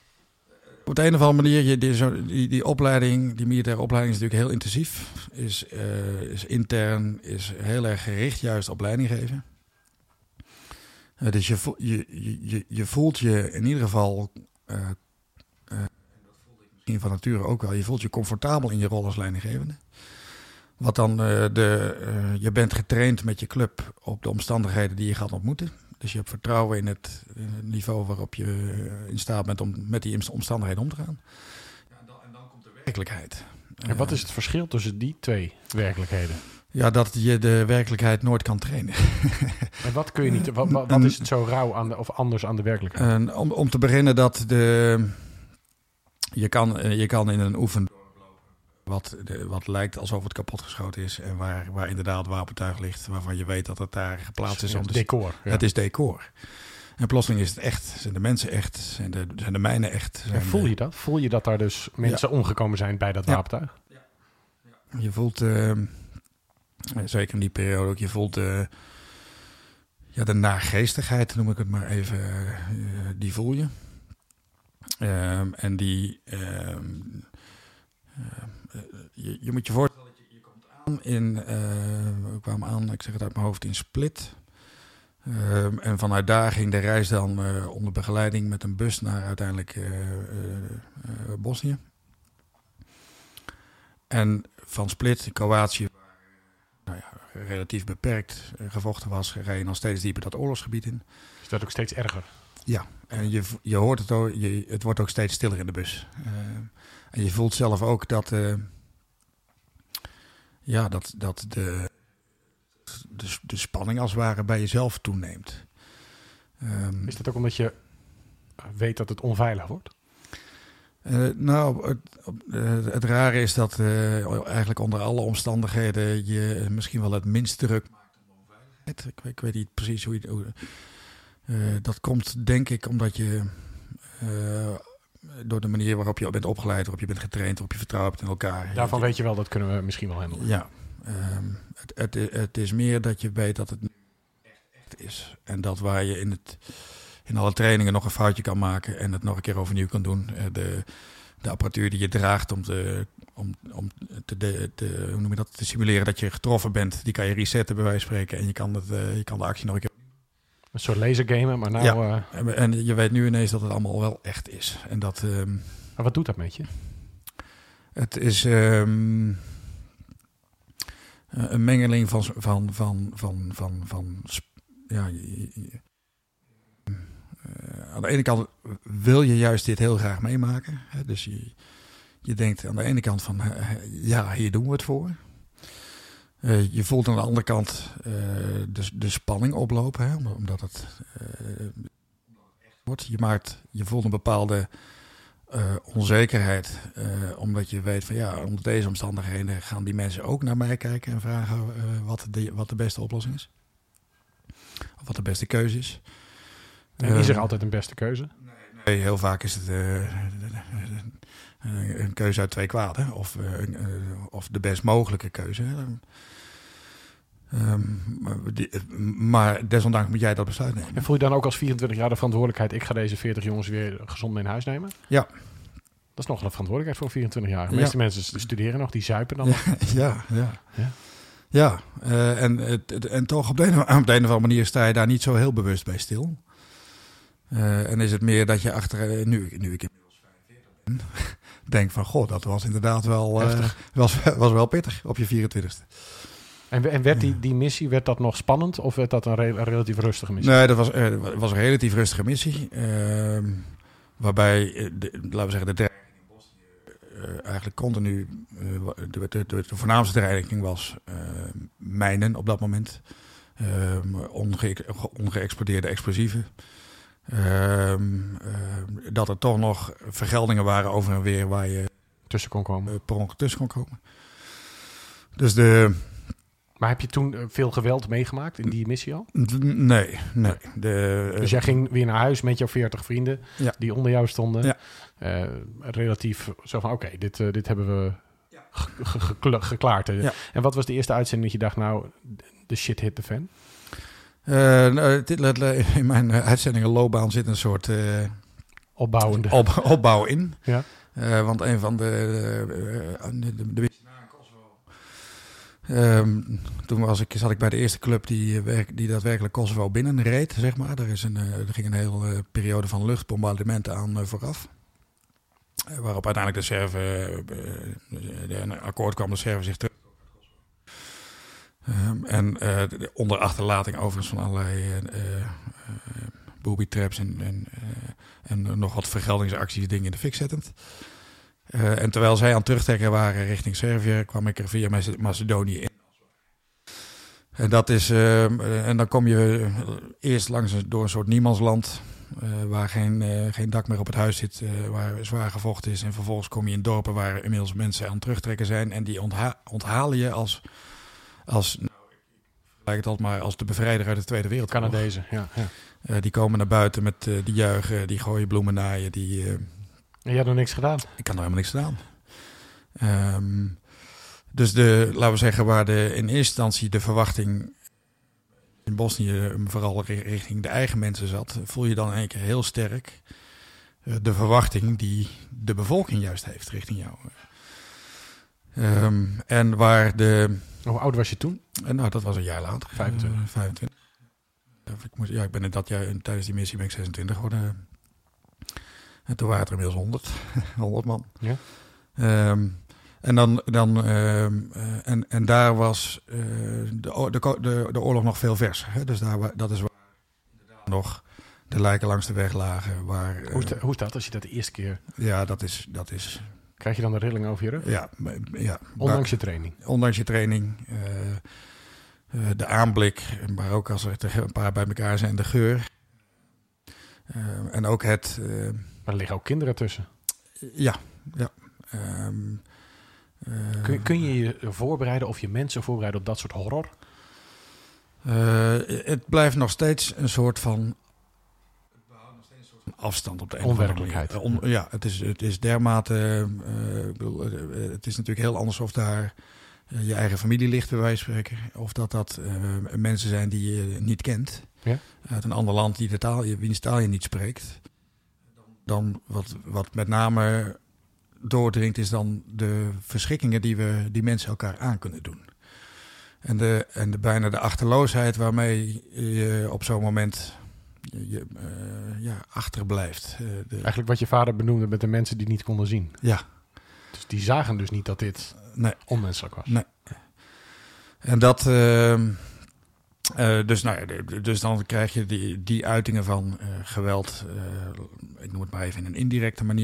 op de een of andere manier, je, die, die, die opleiding, die militaire opleiding is natuurlijk heel intensief. Is, uh, is intern, is heel erg gericht juist op leiding geven. Uh, dus je, vo- je, je, je voelt je in ieder geval, uh, uh, dat voelde ik misschien van nature ook wel, je voelt je comfortabel in je rol als leidinggevende. Wat dan, uh, de, uh, je bent getraind met je club op de omstandigheden die je gaat ontmoeten. Dus je hebt vertrouwen in het uh, niveau waarop je uh, in staat bent om met die omstandigheden om te gaan. Ja, en, dan, en dan komt de werkelijkheid. En wat is het verschil tussen die twee werkelijkheden? Ja, dat je de werkelijkheid nooit kan trainen. En wat kun je niet? Wat, wat, wat is het zo rauw aan de, of anders aan de werkelijkheid? En om, om te beginnen dat de je kan je kan in een oefen wat de, wat lijkt alsof het kapotgeschoten is en waar waar inderdaad wapentuig ligt, waarvan je weet dat het daar geplaatst is. Het om de, decor. Ja. Het is decor. En plotseling is het echt. Zijn de mensen echt? Zijn de, zijn de mijnen echt? Zijn en voel de, je dat? Voel je dat daar dus mensen ja. omgekomen zijn bij dat ja. wapentuig? Ja. Ja. Je voelt uh, zeker in die periode ook. Je voelt uh, ja, de naargeestigheid, noem ik het maar even. Uh, die voel je. Um, en die. Um, uh, je, je moet je voorstellen dat je, je komt aan in. Uh, we kwamen aan, ik zeg het uit mijn hoofd, in Split. Um, en vanuit daar ging de reis dan uh, onder begeleiding met een bus naar uiteindelijk uh, uh, uh, Bosnië. En van Split, Kroatië, waar nou ja, relatief beperkt uh, gevochten was, reed je nog steeds dieper dat oorlogsgebied in. Is dat ook steeds erger? Ja, en je, je hoort het ook, je, het wordt ook steeds stiller in de bus. Uh, en je voelt zelf ook dat, uh, ja, dat, dat de... De, de spanning als het ware bij jezelf toeneemt. Um, is dat ook omdat je weet dat het onveilig wordt? Uh, nou, het, uh, het rare is dat uh, eigenlijk onder alle omstandigheden je misschien wel het minst druk maakt om onveiligheid. Ik, ik weet niet precies hoe je... Hoe, uh, dat komt denk ik omdat je... Uh, door de manier waarop je bent opgeleid, waarop je bent getraind, waarop je vertrouwen hebt in elkaar. Daarvan je, weet je wel, dat kunnen we misschien wel handelen. Ja. Um, het, het, het is meer dat je weet dat het echt, echt is. En dat waar je in, het, in alle trainingen nog een foutje kan maken en het nog een keer overnieuw kan doen. De, de apparatuur die je draagt om, te, om, om te, de, de, hoe noem je dat, te simuleren dat je getroffen bent, die kan je resetten bij wijze van spreken. En je kan, het, uh, je kan de actie nog een keer... Een soort lasergamen, maar nou... Ja, uh... en je weet nu ineens dat het allemaal wel echt is. En dat... Um, maar wat doet dat met je? Het is... Um, Uh, een mengeling van, van, van, van, van, van ja, je, je, uh, aan de ene kant wil je juist dit heel graag meemaken. Hè? Dus je, je denkt aan de ene kant van, uh, ja, hier doen we het voor. Uh, je voelt aan de andere kant uh, de, de spanning oplopen, hè? Omdat het uh, wordt. Je maakt, je voelt een bepaalde Uh, onzekerheid, uh, omdat je weet van ja, onder deze omstandigheden gaan die mensen ook naar mij kijken en vragen uh, wat, de, wat de beste oplossing is. Of wat de beste keuze is. En is er uh, altijd een beste keuze? Nee, nee heel vaak is het uh, een keuze uit twee kwaden. Of, uh, of de best mogelijke keuze. Um, maar, die, maar desondanks moet jij dat besluit nemen. En voel je dan ook als vierentwintig jaar de verantwoordelijkheid... ik ga deze veertig jongens weer gezond mee in huis nemen? Ja. Dat is nogal een verantwoordelijkheid voor vierentwintig jaar. De meeste ja. mensen studeren nog, die zuipen dan ja, nog. Ja, ja. Ja, ja uh, en, het, en toch op de, een, op de een of andere manier sta je daar niet zo heel bewust bij stil. Uh, en is het meer dat je achter... Nu, nu ik inmiddels vijfenveertig ben... denk van, goh, dat was inderdaad wel, uh, was, was wel pittig op je vierentwintigste. En, en werd die, die missie, werd dat nog spannend of werd dat een, re- een relatief rustige missie? Nee, dat was, uh, was een relatief rustige missie. Uh, waarbij, uh, de, laten we zeggen, de dreiging in Bosnië uh, eigenlijk continu... Uh, de, de, de, de voornaamste dreiging was uh, mijnen op dat moment. Uh, onge- ongeëxplodeerde explosieven. Uh, uh, dat er toch nog vergeldingen waren over en weer waar je... Tussen kon komen. Uh, per ongeluk tussen kon komen. Dus de... Maar heb je toen veel geweld meegemaakt in die missie al? Nee, nee. De, dus jij ging weer naar huis met jouw veertig vrienden ja. die onder jou stonden. Ja. Uh, relatief zo van, oké, okay, dit, uh, dit hebben we ja. ge- ge- ge- geklaard. Ja. En wat was de eerste uitzending dat je dacht, nou, de shit hit the fan? Uh, nou, dit, in mijn uitzendingen loopbaan zit een soort... Uh, Opbouwende. Op, opbouw in. Ja. Uh, want een van de... de, de, de Um, toen was ik, zat ik bij de eerste club die, werk, die daadwerkelijk Kosovo binnenreed, zeg maar. Er, is een, uh, er ging een hele uh, periode van luchtbombardementen aan uh, vooraf. Uh, waarop uiteindelijk de Serven, uh, uh, een akkoord kwam, de Serven zich terug. Um, en uh, de, onder achterlating overigens van allerlei uh, uh, booby traps en, en, uh, en uh, nog wat vergeldingsacties, dingen in de fik zettend. Uh, en terwijl zij aan het terugtrekken waren richting Servië, kwam ik er via Macedonië in. En dat is, uh, en dan kom je eerst langs een, door een soort niemandsland, uh, waar geen, uh, geen dak meer op het huis zit, uh, waar zwaar gevochten is. En vervolgens kom je in dorpen waar inmiddels mensen aan het terugtrekken zijn. En die ontha- onthalen je als, als nou, ik lijkt het altijd maar als de bevrijder uit de Tweede Wereldoorlog. Canadezen, ja. ja. Uh, die komen naar buiten met uh, die juichen, die gooien bloemen naar je, die... Uh, En je had nog niks gedaan? Ik had nog helemaal niks gedaan. Um, dus de, laten we zeggen, waar de, in eerste instantie de verwachting in Bosnië vooral richting de eigen mensen zat, voel je dan in één keer heel sterk uh, de verwachting die de bevolking juist heeft richting jou. Um, en waar de... Hoe oud was je toen? Uh, nou, dat was een jaar later. vijfentwintig. Uh, vijfentwintig. Ik moest, ja, ik ben in dat jaar, tijdens die missie ben ik zesentwintig geworden. En toen waren het er inmiddels honderd, honderd man. Ja. Um, en, dan, dan, um, uh, en, en daar was uh, de, de, de, de oorlog nog veel verser. Hè? Dus daar, dat is waar nog de lijken langs de weg lagen. Waar, uh, hoe, is dat, hoe is dat als je dat de eerste keer... Ja, dat is... Dat is Krijg je dan de rilling over je rug? Ja. ja ondanks je training? Ondanks je training. Uh, uh, de aanblik, maar ook als er een paar bij elkaar zijn, de geur. Uh, en ook het... Uh, Maar er liggen ook kinderen tussen. Ja, ja. Um, uh, kun, kun je je voorbereiden of je mensen voorbereiden op dat soort horror? Uh, het blijft nog steeds een soort van afstand op de een of andere manier. On, ja, het is, het is dermate... Uh, ik bedoel, uh, het is natuurlijk heel anders of daar uh, je eigen familie ligt, bij wijze van spreken. Of dat dat uh, mensen zijn die je niet kent. Ja? Uit een ander land die de taal, wiens taal je niet spreekt. Dan wat, wat met name doordringt is dan de verschrikkingen die, we, die mensen elkaar aan kunnen doen. En, de, en de, bijna de achterloosheid waarmee je op zo'n moment je, uh, ja, achterblijft. Uh, de... Eigenlijk wat je vader benoemde met de mensen die niet konden zien. Ja. Dus die zagen dus niet dat dit nee. onmenselijk was. Nee. En dat... Uh, Uh, dus, nou ja, dus dan krijg je die, die uitingen van uh, geweld, uh, ik noem het maar even in een indirecte manier.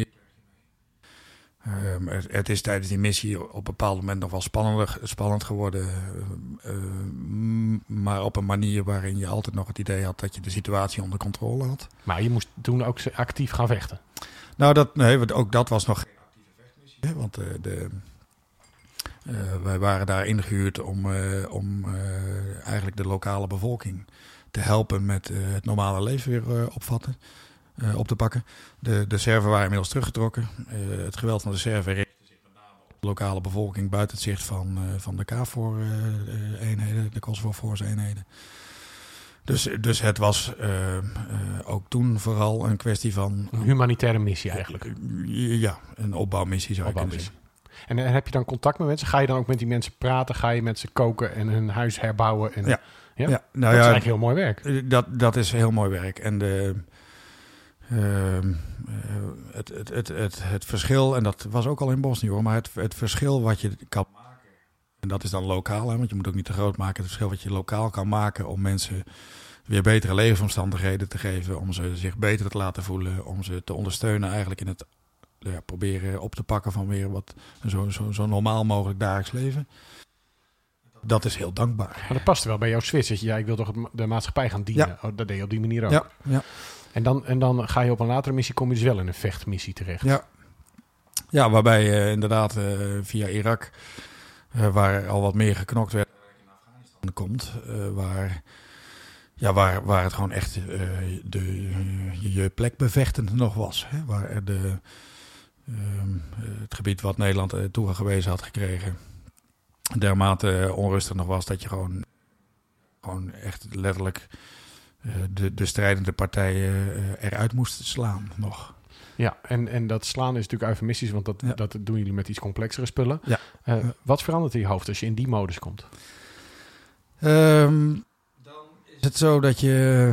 Uh, het, het is tijdens die missie op een bepaald moment nog wel spannend, spannend geworden. Uh, uh, maar op een manier waarin je altijd nog het idee had dat je de situatie onder controle had. Maar je moest toen ook actief gaan vechten? Nou, dat, nee, ook dat was nog geen actieve vechtmissie. Hè, want uh, de... Uh, wij waren daar ingehuurd om, uh, om uh, eigenlijk de lokale bevolking te helpen met uh, het normale leven weer uh, opvatten, uh, op te pakken. De, de Serven waren inmiddels teruggetrokken. Uh, het geweld van de Serven richtte zich met name op de lokale bevolking buiten het zicht van, uh, van de K V O R-eenheden, uh, de Kosovo Force-eenheden. Dus, dus het was uh, uh, ook toen vooral een kwestie van... Een humanitaire missie eigenlijk. Uh, ja, een opbouwmissie zou opbouwmissie. ik kunnen zeggen. En heb je dan contact met mensen? Ga je dan ook met die mensen praten? Ga je met ze koken en hun huis herbouwen? En, ja. ja? ja. Nou dat ja, is eigenlijk heel mooi werk. Dat, dat is heel mooi werk. En de, uh, uh, het, het, het, het, het verschil, en dat was ook al in Bosnië hoor, maar het, het verschil wat je kan maken, en dat is dan lokaal, hè, want je moet ook niet te groot maken, het verschil wat je lokaal kan maken om mensen weer betere levensomstandigheden te geven, om ze zich beter te laten voelen, om ze te ondersteunen eigenlijk in het ja, proberen op te pakken van weer wat zo, zo, zo normaal mogelijk dagelijks leven. Dat is heel dankbaar. Maar dat past wel bij jouw switch. Dat je, ja, ik wil toch de maatschappij gaan dienen. Ja. Oh, dat deed je op die manier ook. Ja, ja. En, dan, en dan ga je op een latere missie, kom je dus wel in een vechtmissie terecht. Ja, ja waarbij je uh, inderdaad uh, via Irak, uh, waar al wat meer geknokt werd, in Afghanistan komt, uh, waar... Ja, waar, waar het gewoon echt uh, de, uh, je plek bevechtend nog was. Hè? Waar de, uh, het gebied wat Nederland uh, toegewezen had gekregen dermate onrustig nog was dat je gewoon, gewoon echt letterlijk uh, de, de strijdende partijen uh, eruit moest slaan nog. Ja, en, en dat slaan is natuurlijk eufemistisch, want dat, ja. dat doen jullie met iets complexere spullen. Ja. Uh, wat verandert in je hoofd als je in die modus komt? Um, dan is het zo dat je...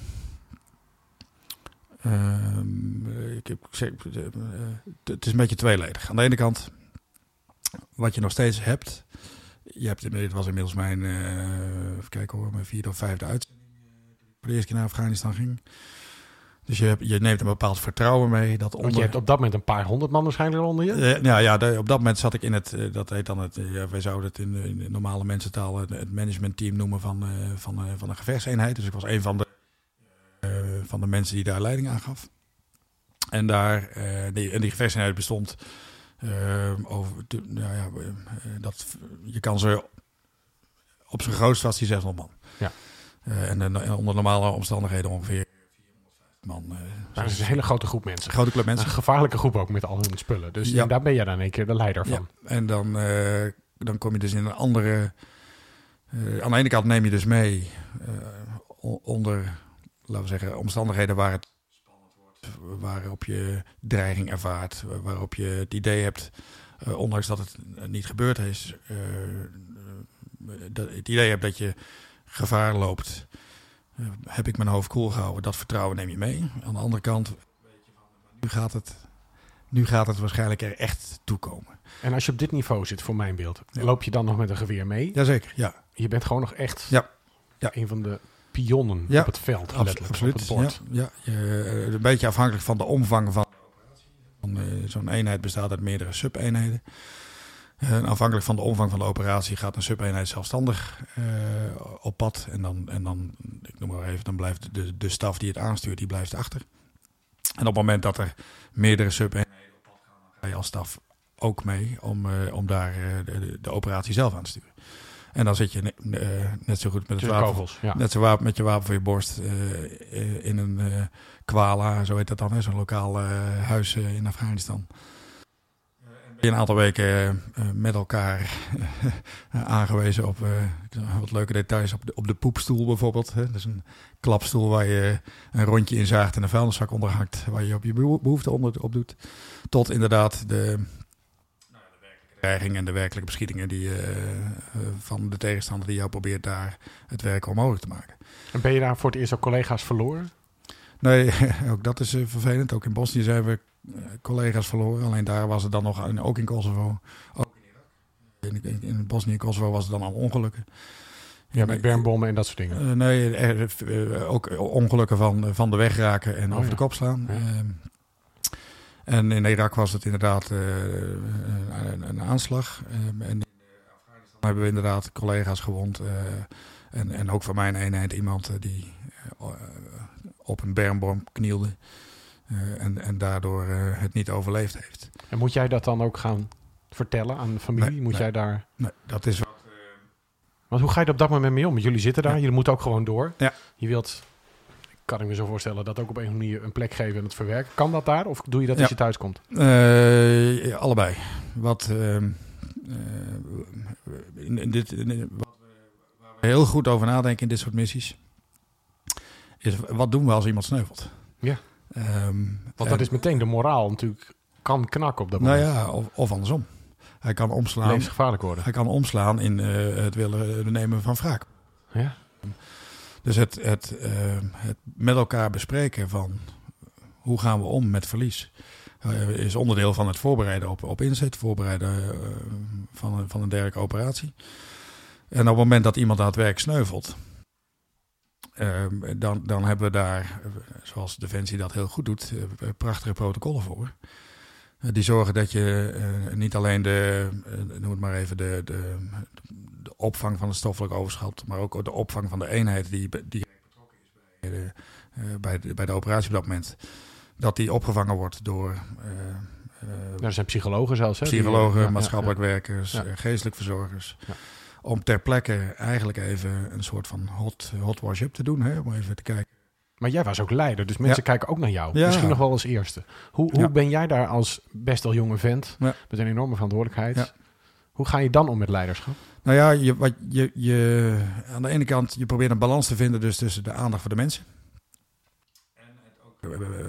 Uh, ik heb, uh, het is een beetje tweeledig. Aan de ene kant, wat je nog steeds hebt... Je hebt, het was inmiddels mijn, uh, even kijken hoor, mijn vierde of vijfde uitzending... voor de eerste keer naar Afghanistan ging... Dus je, hebt, je neemt een bepaald vertrouwen mee. Dat onder... Want je hebt op dat moment een paar honderd man waarschijnlijk onder je? Uh, nou ja, de, op dat moment zat ik in het, uh, dat heet dan het, uh, ja, wij zouden het in de, in de normale mensentaal uh, het managementteam noemen van, uh, van, uh, van een gevechtseenheid. Dus ik was een van de, uh, van de mensen die daar leiding aan gaf. En, daar, uh, die, en die gevechtseenheid bestond uh, over, de, nou ja, uh, dat, je kan ze, op zijn grootst was die zeshonderd man. Ja. Uh, en uh, onder normale omstandigheden ongeveer man. Uh, dat is een hele grote groep mensen. Een grote club mensen. Een gevaarlijke groep ook met al hun spullen. Dus ja. daar ben jij dan in één keer de leider van. Ja. En dan, uh, dan kom je dus in een andere... Uh, aan de ene kant neem je dus mee uh, onder, laten we zeggen, omstandigheden waar het spannend wordt. Waarop je dreiging ervaart. Waarop je het idee hebt, uh, ondanks dat het niet gebeurd is, uh, uh, dat, het idee hebt dat je gevaar loopt. Uh, heb ik mijn hoofd koel gehouden. Dat vertrouwen neem je mee. Aan de andere kant, nu gaat het, nu gaat het waarschijnlijk er echt toekomen. En als je op dit niveau zit, voor mijn beeld, ja. loop je dan nog met een geweer mee? Jazeker, ja. Je bent gewoon nog echt ja. Ja. een van de pionnen ja. op het veld, Abs- letterlijk, absoluut. op het bord. Ja, ja. Je, een beetje afhankelijk van de omvang van de operatie. Van, uh, zo'n eenheid bestaat uit meerdere sub-eenheden. Uh, afhankelijk van de omvang van de operatie gaat een sub-eenheid zelfstandig uh, op pad. En dan, en dan, ik noem maar even, dan blijft de, de staf die het aanstuurt, die blijft achter. En op het moment dat er meerdere sub-eenheden op pad gaan, dan ga je als staf ook mee om, uh, om daar uh, de, de operatie zelf aan te sturen. En dan zit je ne, uh, net zo goed met het wapen, kogels, ja. net zo wapen, met je wapen voor je borst uh, uh, in een uh, kwala, zo heet dat dan, hè, zo'n lokaal uh, huis uh, in Afghanistan. Een aantal weken uh, met elkaar uh, aangewezen op uh, wat leuke details. Op de, op de poepstoel bijvoorbeeld. Hè. Dat is een klapstoel waar je een rondje in zaagt en een vuilniszak onder hangt. Waar je op je behoefte onder, op doet. Tot inderdaad de, nou, de werkelijke dreiging en de werkelijke beschietingen die, uh, uh, van de tegenstander die jou probeert daar het werk onmogelijk te maken. En ben je daar voor het eerst ook collega's verloren? Nee, ook dat is uh, vervelend. Ook in Bosnië zijn we uh, collega's verloren. Alleen daar was het dan nog, en ook in Kosovo, ook in Irak. In, in Bosnië en Kosovo was het dan al ongelukken. Ja, met bermbommen en dat soort dingen. Uh, nee, er, uh, ook ongelukken van, van de weg raken en oh, over ja. de kop slaan. Ja. Uh, en in Irak was het inderdaad uh, een, een aanslag. Uh, en in Afghanistan hebben we inderdaad collega's gewond. Uh, en, en ook van mijn eenheid iemand uh, die uh, op een bermbom knielde. Uh, en, en daardoor uh, het niet overleefd heeft. En moet jij dat dan ook gaan vertellen aan de familie? Nee, moet nee, jij daar... Nee, dat is... Want hoe ga je er op dat moment mee om? Want jullie zitten daar, ja. jullie moeten ook gewoon door. Ja. Je wilt, kan ik me zo voorstellen, dat ook op een manier een plek geven en het verwerken. Kan dat daar? Of doe je dat ja. als je thuis komt? Uh, allebei. Wat, uh, uh, in, in dit, in, wat we heel goed over nadenken in dit soort missies, is wat doen we als iemand sneuvelt? Ja. Um, Want dat is meteen de moraal natuurlijk, kan knakken op dat moment. Nou ja, of, of andersom. Hij kan omslaan. Levensgevaarlijk worden. Hij kan omslaan in uh, het willen nemen van wraak. Ja. Dus het, het, uh, het met elkaar bespreken van hoe gaan we om met verlies uh, is onderdeel van het voorbereiden op, op inzet, voorbereiden uh, van, een, van een dergelijke operatie. En op het moment dat iemand aan het werk sneuvelt, uh, dan, dan hebben we daar, zoals Defensie dat heel goed doet, uh, prachtige protocollen voor. Uh, die zorgen dat je uh, niet alleen de, uh, noem het maar even, de, de, de opvang van het stoffelijk overschot, maar ook de opvang van de eenheid die, die betrokken is bij de, uh, bij, de, bij de operatie op dat moment, dat die opgevangen wordt door uh, uh, er zijn psychologen zelfs. Hè? Psychologen, die, ja, maatschappelijk ja, ja. werkers, Ja. Uh, geestelijk verzorgers. Ja. Om ter plekke eigenlijk even een soort van hot, hot wash-up te doen, hè, om even te kijken. Maar jij was ook leider, dus mensen Ja. kijken ook naar jou. Ja. Misschien nog wel als eerste. Hoe, hoe Ja. ben jij daar als best wel jonge vent, Ja. met een enorme verantwoordelijkheid, Ja. hoe ga je dan om met leiderschap? Nou ja, je, wat, je, je, aan de ene kant, je probeert een balans te vinden dus tussen de aandacht voor de mensen. En het ook, uh,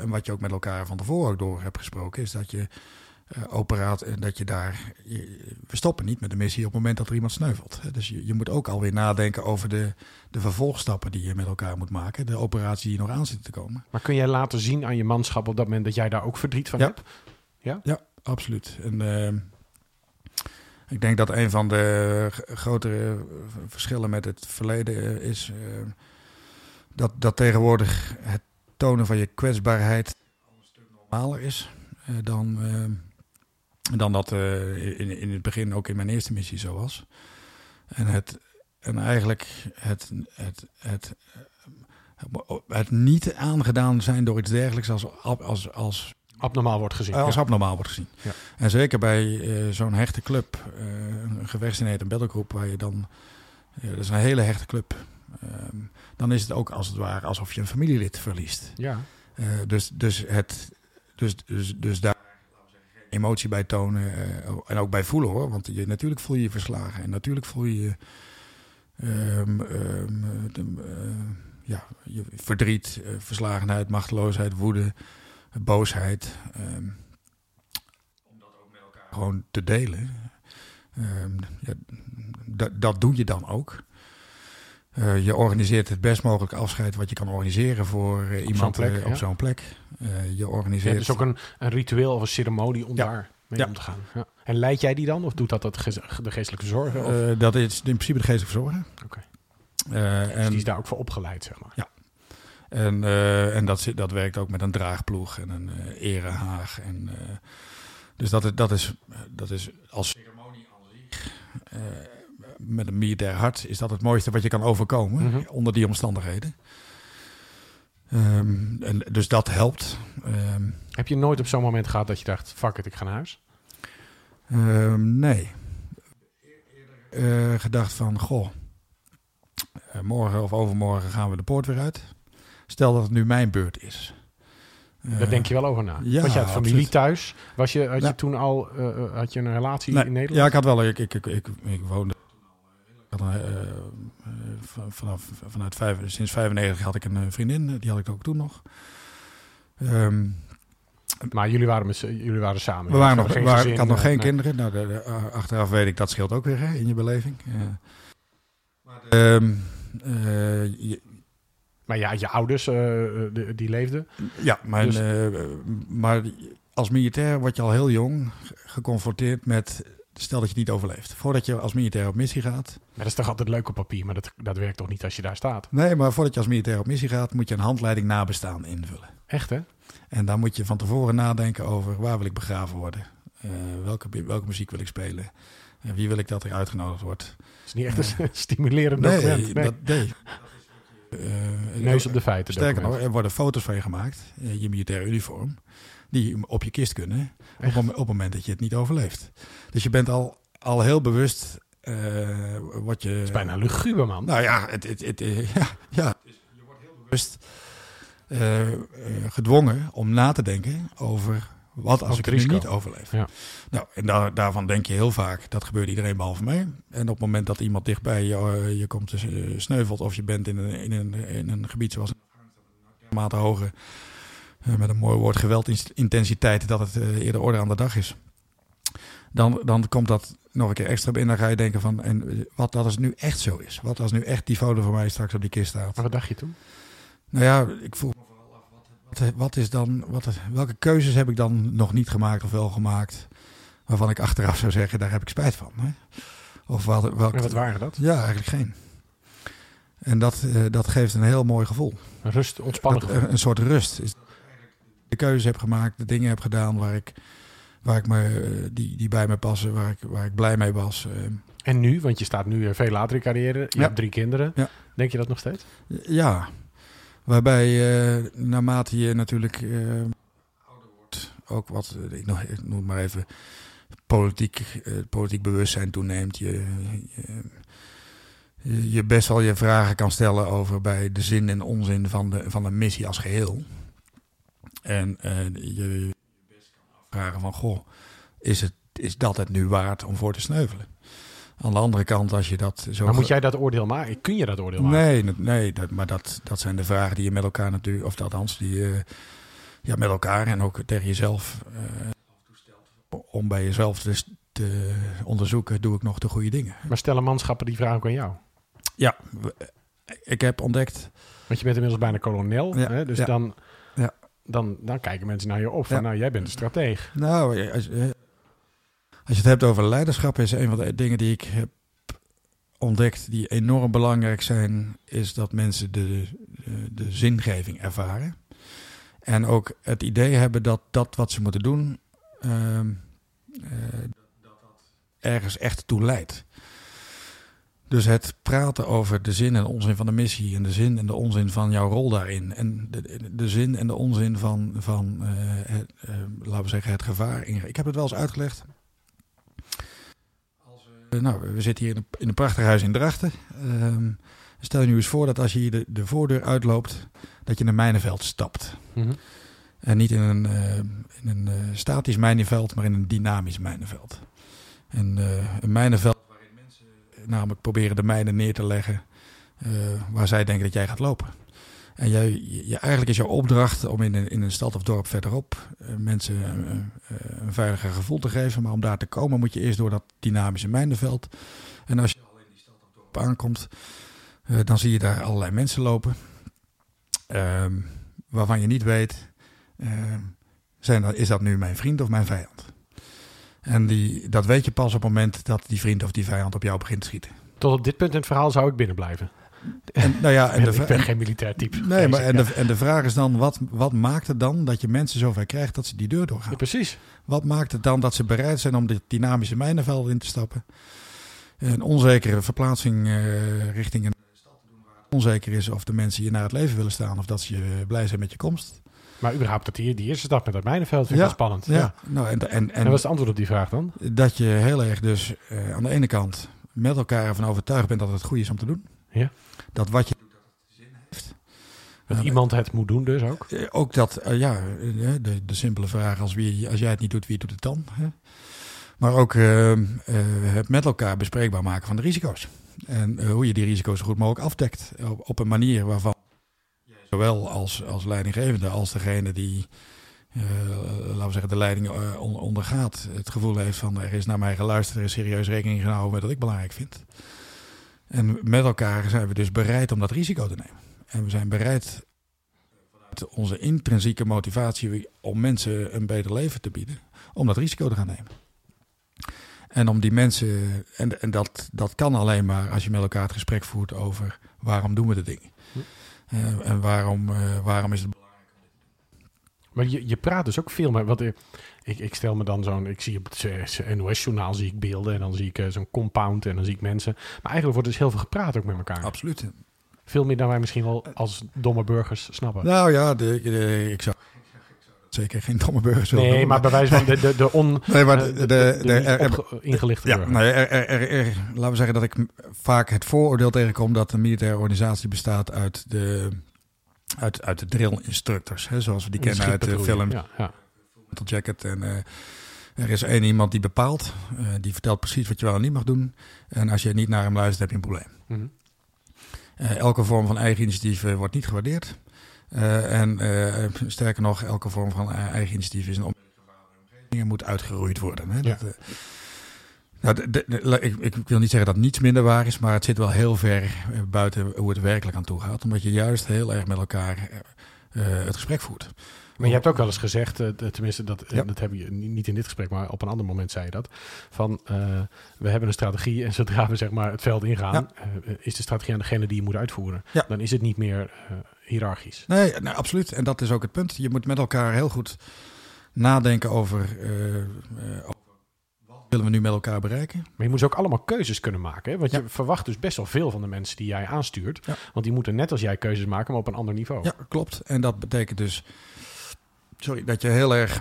en wat je ook met elkaar van tevoren ook door hebt gesproken, is dat je uh, operaat en dat je daar... Je, we stoppen niet met de missie op het moment dat er iemand sneuvelt. Dus je, je moet ook alweer nadenken over de, de vervolgstappen die je met elkaar moet maken. De operatie die nog aan zit te komen. Maar kun jij laten zien aan je manschap op dat moment dat jij daar ook verdriet van ja. hebt? Ja, ja, absoluut. En uh, ik denk dat een van de g- grotere verschillen met het verleden is uh, dat, dat tegenwoordig het tonen van je kwetsbaarheid een stuk normaler is uh, dan, uh, dan dat uh, in, in het begin ook in mijn eerste missie zo was. En, het, en eigenlijk het, het, het, het, het niet aangedaan zijn door iets dergelijks als... als, als abnormaal wordt gezien. Als ja. abnormaal wordt gezien. Ja. En zeker bij uh, zo'n hechte club, uh, een gevechtseenheid, een battlegroep, waar je dan... Uh, dat is een hele hechte club. Um, dan is het ook als het ware alsof je een familielid verliest. Ja. Uh, dus, dus, het, dus, dus, dus daar emotie bij tonen. Uh, en ook bij voelen hoor. Want je, natuurlijk voel je je verslagen. En natuurlijk voel je je... Um, um, de, uh, ja, je verdriet, uh, verslagenheid, machteloosheid, woede... boosheid, um, om dat ook met elkaar gewoon te delen. Um, ja, d- dat doe je dan ook. Uh, je organiseert het best mogelijke afscheid wat je kan organiseren voor uh, op iemand zo'n plek, uh, op ja. zo'n plek. Uh, je organiseert... Ja, dus ook een, een ritueel of een ceremonie om ja. daar mee ja. om te gaan. Ja. En leid jij die dan? Of doet dat het ge- de geestelijke zorgen? Of? Uh, dat is in principe de geestelijke zorgen. Oké. Okay. Uh, dus en... die is daar ook voor opgeleid, zeg maar. Ja. En, uh, en dat, dat werkt ook met een draagploeg en een uh, erehaag. En, uh, dus dat is, dat, is, dat is als ceremonie aan zich, uh, met een militair hart, is dat het mooiste wat je kan overkomen mm-hmm. onder die omstandigheden. Um, en dus dat helpt. Um, Heb je nooit op zo'n moment gehad dat je dacht, fuck it, ik ga naar huis? Um, nee. Eerder uh, gedacht van, goh, uh, morgen of overmorgen gaan we de poort weer uit. Stel dat het nu mijn beurt is. Uh, Daar denk je wel over na. Ja, was je uit familie absoluut. Thuis? Was je, had ja. je toen al uh, had je een relatie nee, in Nederland? Ja, ik had wel. Ik, ik, ik, ik, ik woonde ik had een, uh, vanaf vanuit vijf, sinds vijfennegentig had ik een vriendin. Die had ik ook toen nog. Um, maar jullie waren, met, jullie waren samen. We waren nog, geen waar, gezin, ik had nog uh, geen nee. kinderen. Nou, de, de, uh, achteraf weet ik dat scheelt ook weer hè, in je beleving. Uh, maar um, uh, je, Maar ja, je ouders, uh, de, die leefden. Ja, mijn, dus... uh, maar als militair word je al heel jong geconfronteerd met... Stel dat je het niet overleeft. Voordat je als militair op missie gaat... Maar dat is toch altijd leuk op papier, maar dat, dat werkt toch niet als je daar staat? Nee, maar voordat je als militair op missie gaat... moet je een handleiding nabestaan invullen. Echt, hè? En dan moet je van tevoren nadenken over... waar wil ik begraven worden? Uh, welke, welke muziek wil ik spelen? Uh, wie wil ik dat er uitgenodigd wordt? Het is niet echt een uh, stimulerend nee, document. Nee, dat, nee. Uh, Neus op de feiten. Sterker nog, er worden foto's van je gemaakt, je militaire uniform, die op je kist kunnen op, op het moment dat je het niet overleeft. Dus je bent al, al heel bewust uh, wat je... Het is bijna luguber, man. Nou ja, het, het, het, uh, ja, ja. Je wordt heel bewust uh, uh, gedwongen om na te denken over wat als ik het nu niet overleef. Ja. Nou, en daar, daarvan denk je heel vaak, dat gebeurt iedereen behalve mij. En op het moment dat iemand dichtbij je, uh, je komt te uh, sneuvelt of je bent in een, in een, in een gebied zoals een mate hoge, uh, met een mooi woord geweldintensiteit, dat het uh, eerder orde aan de dag is. Dan, dan komt dat nog een keer extra binnen. Dan ga je denken van, en wat als het nu echt zo is? Wat als nu echt die foto van mij straks op die kist staat? Maar wat dacht je toen? Nou ja, ik voel me vooral af, wat, wat is dan, wat, welke keuzes heb ik dan nog niet gemaakt of wel gemaakt, waarvan ik achteraf zou zeggen, daar heb ik spijt van. Hè? Of wat, welke, en wat waren dat? Ja, eigenlijk geen. En dat, uh, dat geeft een heel mooi gevoel. Een rust, ontspannen dat, gevoel. Een soort rust. Is dat ik de keuze heb gemaakt, de dingen heb gedaan waar ik, waar ik me, die, die bij me passen, waar ik, waar ik blij mee was. Uh. En nu, want je staat nu veel later in carrière, je ja. hebt drie kinderen. Ja. Denk je dat nog steeds? Ja, waarbij uh, naarmate je natuurlijk uh, ouder wordt, ook wat, ik, nog, ik noem maar even, politiek, uh, politiek bewustzijn toeneemt. Je, je, je best wel je vragen kan stellen over bij de zin en onzin van de, van de missie als geheel. En uh, je, je best kan afvragen van, goh, is, het, is dat het nu waard om voor te sneuvelen? Aan de andere kant, als je dat zo... Maar moet jij dat oordeel maken? Kun je dat oordeel maken? Nee, nee dat, maar dat, dat zijn de vragen die je met elkaar natuurlijk... Of althans, die, uh, ja, met elkaar en ook tegen jezelf. Uh, om bij jezelf dus te onderzoeken, doe ik nog de goede dingen. Maar stellen manschappen die vragen ook aan jou? Ja, ik heb ontdekt... Want je bent inmiddels bijna kolonel, ja, hè? Dus ja, dan, ja. Dan, dan kijken mensen naar je op van, ja. nou, jij bent de strateeg. Nou, als, als je het hebt over leiderschap, is een van de dingen die ik heb ontdekt die enorm belangrijk zijn, is dat mensen de, de, de zingeving ervaren. En ook het idee hebben dat dat wat ze moeten doen, uh, uh, ergens echt toe leidt. Dus het praten over de zin en onzin van de missie en de zin en de onzin van jouw rol daarin. En de, de zin en de onzin van, van uh, het, uh, laten we zeggen, het gevaar. Ik heb het wel eens uitgelegd. Als, uh, nou, we zitten hier in een, in een prachtig huis in Drachten. Uh, stel je nu eens voor dat als je hier de, de voordeur uitloopt, dat je in een mijnenveld stapt. Mm-hmm. En niet in een, uh, in een uh, statisch mijnenveld, maar in een dynamisch mijnenveld. En uh, een mijnenveld waarin mensen namelijk proberen de mijnen neer te leggen uh, waar zij denken dat jij gaat lopen. En jij, je, eigenlijk is jouw opdracht om in een, in een stad of dorp verderop uh, mensen uh, uh, een veiliger gevoel te geven. Maar om daar te komen moet je eerst door dat dynamische mijnenveld. En als je al in die stad of dorp aankomt, uh, dan zie je daar allerlei mensen lopen. Uh, waarvan je niet weet, uh, zijn dat, is dat nu mijn vriend of mijn vijand? En die, dat weet je pas op het moment dat die vriend of die vijand op jou begint te schieten. Tot op dit punt in het verhaal zou ik binnen blijven. En, nou ja, en de, de, ik ben geen militair type. Nee, maar en, de, en de vraag is dan, wat, wat maakt het dan dat je mensen zover krijgt dat ze die deur doorgaan? Ja, precies. Wat maakt het dan dat ze bereid zijn om de dynamische mijnenveld in te stappen? Een onzekere verplaatsing uh, richting een stad te doen waar het onzeker is of de mensen je naar het leven willen staan of dat ze uh, blij zijn met je komst. Maar überhaupt dat die, die eerste stap met dat mijnenveld vind ik ja, wel spannend. Ja. Ja. Nou, en, en, en, en wat is het antwoord op die vraag dan? Dat je heel erg dus uh, aan de ene kant met elkaar ervan overtuigd bent dat het goed is om te doen. Ja. Dat wat je doet, dat het zin heeft. Dat uh, iemand het moet doen dus ook? Uh, ook dat, uh, ja, uh, de, de simpele vraag als, wie, als jij het niet doet, wie doet het dan? Hè? Maar ook uh, uh, het met elkaar bespreekbaar maken van de risico's. En uh, hoe je die risico's zo goed mogelijk afdekt. Op, op een manier waarvan zowel als, als leidinggevende als degene die uh, laten we zeggen, de leiding uh, ondergaat, het gevoel heeft van er is naar mij geluisterd, er is serieus rekening gehouden met wat ik belangrijk vind. En met elkaar zijn we dus bereid om dat risico te nemen. En we zijn bereid vanuit onze intrinsieke motivatie om mensen een beter leven te bieden, om dat risico te gaan nemen. En om die mensen, en, en dat, dat kan alleen maar als je met elkaar het gesprek voert over waarom doen we de dingen. Uh, en waarom, uh, waarom is het belangrijk om dit te doen? Maar je, je praat dus ook veel meer. Wat, ik, ik stel me dan zo'n. Ik zie op het N O S-journaal zie ik beelden. En dan zie ik uh, zo'n compound. En dan zie ik mensen. Maar eigenlijk wordt dus heel veel gepraat ook met elkaar. Absoluut. Veel meer dan wij misschien wel als domme burgers snappen. Nou ja, de, de, ik zou. Zeker geen domme burgers willen Nee, doen, maar bij wijze van de, de, de on... Nee, maar de, de, de, de, er, ingelichte ja, burger. nou, er, er, er, er, laten we zeggen dat ik vaak het vooroordeel tegenkom dat een militaire organisatie bestaat uit de, uit, uit de drill instructors. Hè, zoals we die kennen uit de film ja, ja. Metal Jacket. En uh, er is één iemand die bepaalt. Uh, die vertelt precies wat je wel en niet mag doen. En als je niet naar hem luistert, heb je een probleem. Mm-hmm. Uh, elke vorm van eigen initiatief uh, wordt niet gewaardeerd. Uh, en uh, sterker nog, elke vorm van eigen initiatief is een ongevaarlijke omgeving en moet uitgeroeid worden. Hè? Ja. Dat, uh, nou, de, de, de, ik, ik wil niet zeggen dat niets minder waar is, maar het zit wel heel ver buiten hoe het werkelijk aan toe gaat. Omdat je juist heel erg met elkaar uh, het gesprek voert. Maar je hebt ook wel eens gezegd, uh, tenminste dat, ja. dat heb je niet in dit gesprek, maar op een ander moment zei je dat. Van uh, we hebben een strategie en zodra we zeg maar het veld ingaan, ja. uh, is de strategie aan degene die je moet uitvoeren. Ja. Dan is het niet meer uh, hiërarchisch. Nee, nee, absoluut. En dat is ook het punt. Je moet met elkaar heel goed nadenken over, uh, uh, over wat willen we nu met elkaar bereiken. Maar je moet ook allemaal keuzes kunnen maken. Hè? Want ja. je verwacht dus best wel veel van de mensen die jij aanstuurt. Ja. Want die moeten net als jij keuzes maken, maar op een ander niveau. Ja, klopt. En dat betekent dus sorry, dat je heel erg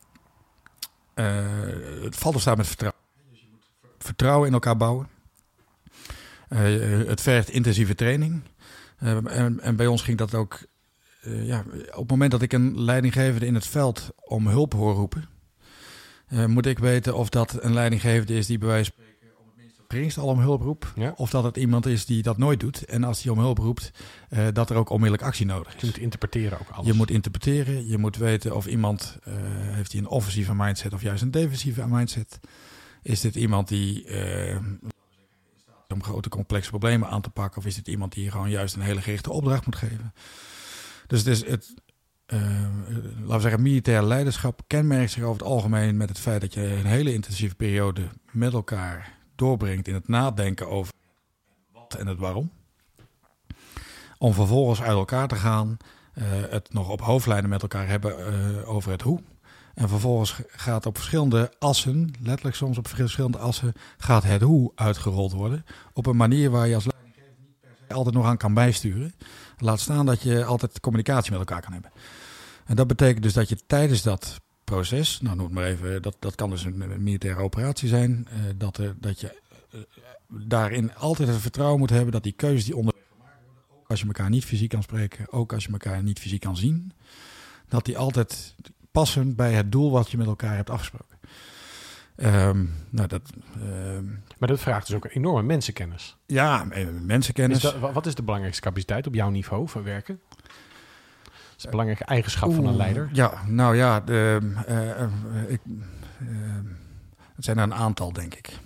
uh, het valt of staat met vertrouwen. Dus je moet vertrouwen in elkaar bouwen. Uh, het vergt intensieve training. Uh, en, en bij ons ging dat ook uh, ja, op het moment dat ik een leidinggevende in het veld om hulp hoor roepen, uh, moet ik weten of dat een leidinggevende is die bij wijze van spreken om het minste geringste al om hulp roept. Ja. Of dat het iemand is die dat nooit doet. En als hij om hulp roept, uh, dat er ook onmiddellijk actie nodig is. Je moet interpreteren ook alles. Je moet interpreteren. Je moet weten of iemand, uh, heeft hij een offensieve mindset of juist een defensieve mindset. Is dit iemand die uh, om grote complexe problemen aan te pakken? Of is dit iemand die gewoon juist een hele gerichte opdracht moet geven? Dus het is het... Uh, laten we zeggen, militair leiderschap kenmerkt zich over het algemeen met het feit dat je een hele intensieve periode met elkaar doorbrengt in het nadenken over wat en het waarom. Om vervolgens uit elkaar te gaan, uh, het nog op hoofdlijnen met elkaar hebben uh, over het hoe. En vervolgens gaat op verschillende assen, letterlijk soms op verschillende assen, gaat het hoe uitgerold worden. Op een manier waar je als leidinggever niet per se altijd nog aan kan bijsturen. Laat staan dat je altijd communicatie met elkaar kan hebben. En dat betekent dus dat je tijdens dat proces, nou noem het maar even, dat, dat kan dus een, een militaire operatie zijn, uh, dat, er, dat je uh, daarin altijd het vertrouwen moet hebben dat die keuzes die onderweg gemaakt worden, ook als je elkaar niet fysiek kan spreken, ook als je elkaar niet fysiek kan zien, dat die altijd passen bij het doel wat je met elkaar hebt afgesproken. Um, nou dat, um, maar dat vraagt dus ook een enorme mensenkennis. Ja, mensenkennis. Is dat, wat is de belangrijkste capaciteit op jouw niveau van werken? Dat is een belangrijke eigenschap Oeh, van een leider. Ja, nou ja, de, uh, uh, ik, uh, het zijn er een aantal, denk ik.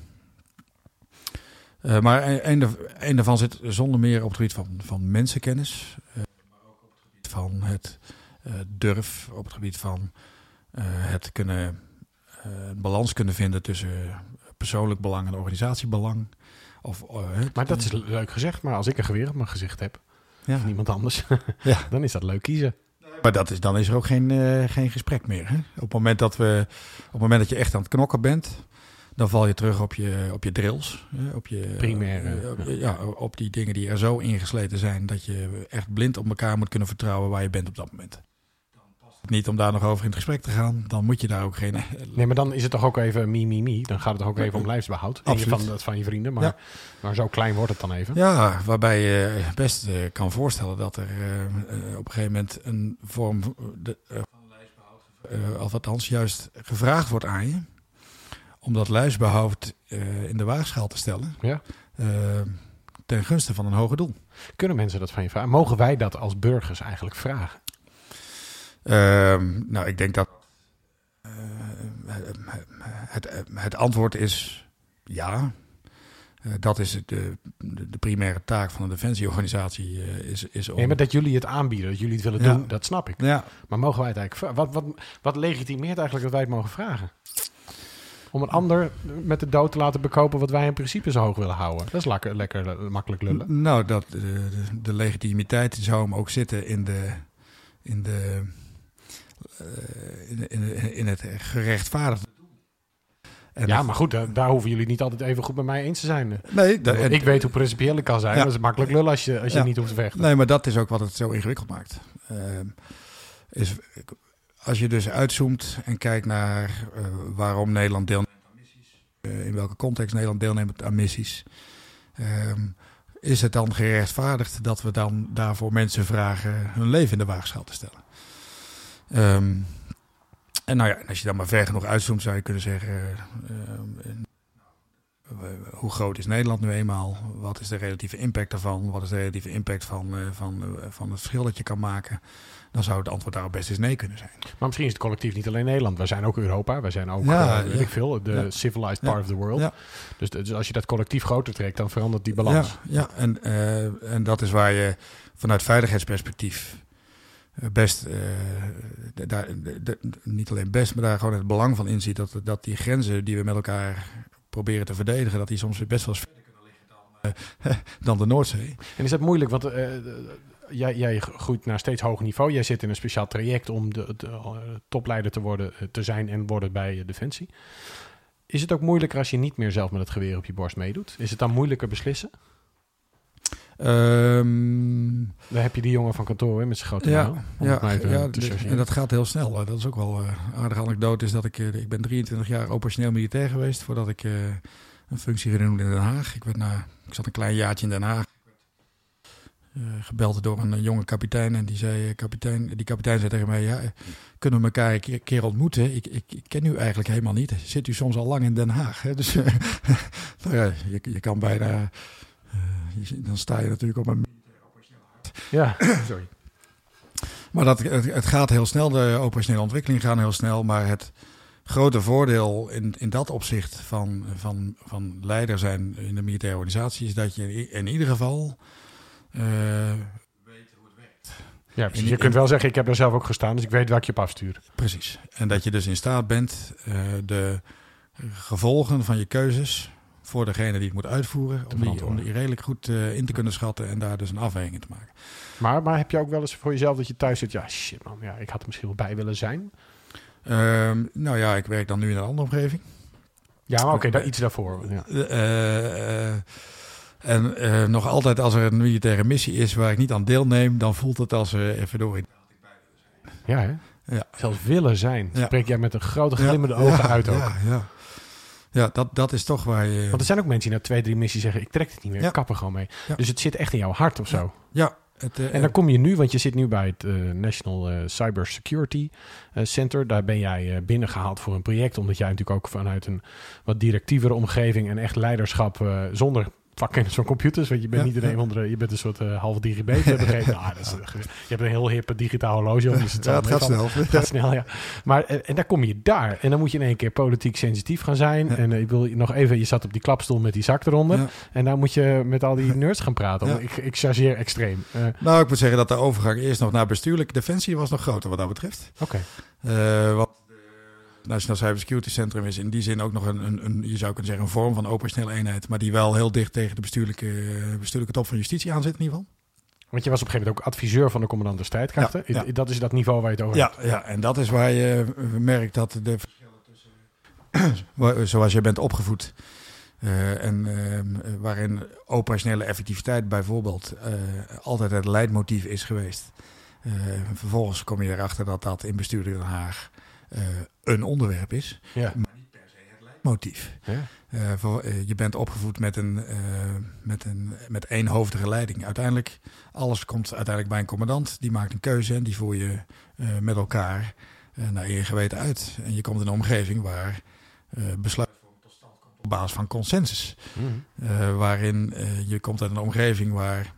Uh, maar een, een daarvan zit zonder meer op het gebied van, van mensenkennis. Uh, maar ook op het gebied van het uh, durf, op het gebied van uh, het kunnen... Uh, een balans kunnen vinden tussen persoonlijk belang en organisatiebelang. Of, uh, maar dat is leuk gezegd, maar als ik een geweer op mijn gezicht heb, ja. Of niemand anders, ja. Dan is dat leuk kiezen. Maar dat is, dan is er ook geen, uh, geen gesprek meer. Hè? Op het moment dat we, op het moment dat je echt aan het knokken bent, dan val je terug op je, op je drills. Hè? Op je primaire. Uh, op, ja, op die dingen die er zo ingesleten zijn dat je echt blind op elkaar moet kunnen vertrouwen waar je bent op dat moment. Niet om daar nog over in het gesprek te gaan, dan moet je daar ook geen... Nee, maar dan is het toch ook even mi, mi, mi. Dan gaat het toch ook even om lijfsbehoud. Absoluut. Van, van je vrienden, maar, ja. maar zo klein wordt het dan even. Ja, waarbij je best uh, kan voorstellen dat er uh, uh, op een gegeven moment een vorm de, uh, van lijfsbehoud, uh, of althans juist gevraagd wordt aan je, om dat lijfsbehoud uh, in de waagschaal te stellen. Ja. Uh, ten gunste van een hoger doel. Kunnen mensen dat van je vragen? Mogen wij dat als burgers eigenlijk vragen? Uh, nou, ik denk dat uh, het, het antwoord is ja. Uh, dat is de, de, de primaire taak van een defensieorganisatie. Uh, is, is om... Nee, maar dat jullie het aanbieden, dat jullie het willen ja. doen, dat snap ik. Ja. Maar mogen wij het eigenlijk vragen? Wat, wat, wat legitimeert eigenlijk dat wij het mogen vragen? Om een ander met de dood te laten bekopen wat wij in principe zo hoog willen houden. Dat is lekker, lekker makkelijk lullen. Nou, dat, de, de, de legitimiteit zou hem ook zitten in de... In de Uh, in, in, in het gerechtvaardigde. En ja, dat, maar goed, daar, daar hoeven jullie niet altijd even goed met mij eens te zijn. Nee, dat, ik weet hoe principieel ik kan zijn. Ja. Dat is makkelijk lullen als je, als je ja. niet hoeft te vechten. Nee, maar dat is ook wat het zo ingewikkeld maakt. Uh, is, als je dus uitzoomt en kijkt naar uh, waarom Nederland deelneemt aan missies, uh, in welke context Nederland deelneemt aan missies, uh, is het dan gerechtvaardigd dat we dan daarvoor mensen vragen hun leven in de waagschaal te stellen? Um, en nou ja, als je dan maar ver genoeg uitzoomt, zou je kunnen zeggen, uh, uh, hoe groot is Nederland nu eenmaal? Wat is de relatieve impact daarvan? Wat is de relatieve impact van, uh, van, uh, van het verschil dat je kan maken? Dan zou het antwoord daarop best eens nee kunnen zijn. Maar misschien is het collectief niet alleen Nederland. Wij zijn ook Europa. Wij zijn ook, ja, uh, weet ja. ik veel, de ja. civilized part ja. of the world. Ja. Dus, dus als je dat collectief groter trekt, dan verandert die balans. Ja, ja. En, uh, en dat is waar je vanuit veiligheidsperspectief best, uh, daar, de, de, niet alleen best, maar daar gewoon het belang van inziet dat, dat die grenzen die we met elkaar proberen te verdedigen, dat die soms best wel eens verder kunnen liggen dan, uh, dan de Noordzee. En is dat moeilijk? Want uh, jij, jij groeit naar steeds hoger niveau. Jij zit in een speciaal traject om de, de uh, topleider te worden, uh, te zijn en worden bij uh, Defensie. Is het ook moeilijker als je niet meer zelf met het geweer op je borst meedoet? Is het dan moeilijker beslissen? Um, Daar heb je die jongen van kantoor hè, met zijn grote ja, naam. Ja, ja dus, en dat gaat heel snel. Dat is ook wel een uh, aardige anekdote. Is dat ik, uh, ik ben drieëntwintig jaar operationeel militair geweest voordat ik uh, een functie genoemd in Den Haag. Ik, werd na, ik zat een klein jaartje in Den Haag. uh, gebeld door een uh, jonge kapitein. En die zei, uh, kapitein, die kapitein zei tegen mij, ja, kunnen we elkaar een keer, keer ontmoeten? Ik, ik, ik ken u eigenlijk helemaal niet. Zit u soms al lang in Den Haag? Hè? Dus uh, nou ja, je, je kan bijna... Uh, je, dan sta je natuurlijk op een... Ja, sorry. Maar dat, het, het gaat heel snel, de operationele ontwikkelingen gaan heel snel, maar het grote voordeel in, in dat opzicht van, van, van leider zijn in de militaire organisatie is dat je in ieder geval uh, weet hoe het werkt. Ja, precies. Je kunt wel zeggen, ik heb er zelf ook gestaan, dus ik weet waar ik je op afstuur. Precies. En dat je dus in staat bent uh, de gevolgen van je keuzes voor degene die het moet uitvoeren, om die, om die redelijk goed uh, in te kunnen schatten en daar dus een afweging te maken. Maar, maar heb je ook wel eens voor jezelf dat je thuis zit, ja shit man, ja, ik had er misschien wel bij willen zijn? Um, nou ja, ik werk dan nu in een andere omgeving. Ja, maar oké, okay, daar iets daarvoor. Ja. Uh, uh, en uh, nog altijd als er een militaire missie is waar ik niet aan deelneem, dan voelt het als uh, verdorie. Ja, hè? Ja. Zelfs willen zijn. Ja. Spreek jij met een grote glimmende ja, ogen ja, uit ook. Ja, ja. ja dat, dat is toch waar je... Want er zijn ook mensen die na twee, drie missies zeggen, ik trek het niet meer, ja. ik kap er gewoon mee. Ja. Dus het zit echt in jouw hart of zo. Ja. ja. Het, uh, en dan kom je nu, want je zit nu bij het uh, National uh, Cyber Security uh, Center. Daar ben jij uh, binnengehaald voor een project. Omdat jij natuurlijk ook vanuit een wat directievere omgeving en echt leiderschap uh, zonder vakkennis van computers. Want je bent ja, niet een, ja. een andere, je bent een soort uh, halve digibet. Ja. begrepen. Nou, dat is, uh, je hebt een heel hippe digitaal horloge. Dus het, ja, het gaat snel. Het gaat snel, ja. Maar uh, en dan kom je daar. En dan moet je in één keer politiek sensitief gaan zijn. Ja. En uh, ik wil nog even, je zat op die klapstoel met die zak eronder. Ja. En dan moet je met al die nerds gaan praten. Ja. Ik, ik chargeer extreem. Uh, nou, ik moet zeggen dat de overgang eerst nog naar bestuurlijke defensie was nog groter wat dat betreft. Oké. Okay. Uh, wat National Cyber Security Centrum is in die zin ook nog een, een, een, je zou kunnen zeggen, een vorm van operationele eenheid, maar die wel heel dicht tegen de bestuurlijke, bestuurlijke top van justitie aan zit in ieder geval. Want je was op een gegeven moment ook adviseur van de commandant der strijdkrachten. Ja, ja. Dat is dat niveau waar je het over ja, hebt. Ja, en dat is waar je merkt dat de verschillen tussen, zoals je bent opgevoed, uh, en uh, waarin operationele effectiviteit bijvoorbeeld uh, altijd het leidmotief is geweest. Uh, vervolgens kom je erachter dat dat in bestuurlijk Den Haag Uh, een onderwerp is, ja. maar niet per se het leidmotief. Ja. Uh, voor, uh, je bent opgevoed met een, uh, met een met eenhoofdige leiding. Uiteindelijk, alles komt uiteindelijk bij een commandant. Die maakt een keuze en die voer je uh, met elkaar uh, naar je geweten uit. En je komt in een omgeving waar uh, besluitvorming tot stand komt op basis van consensus. Mm. Uh, waarin uh, je komt uit een omgeving waar...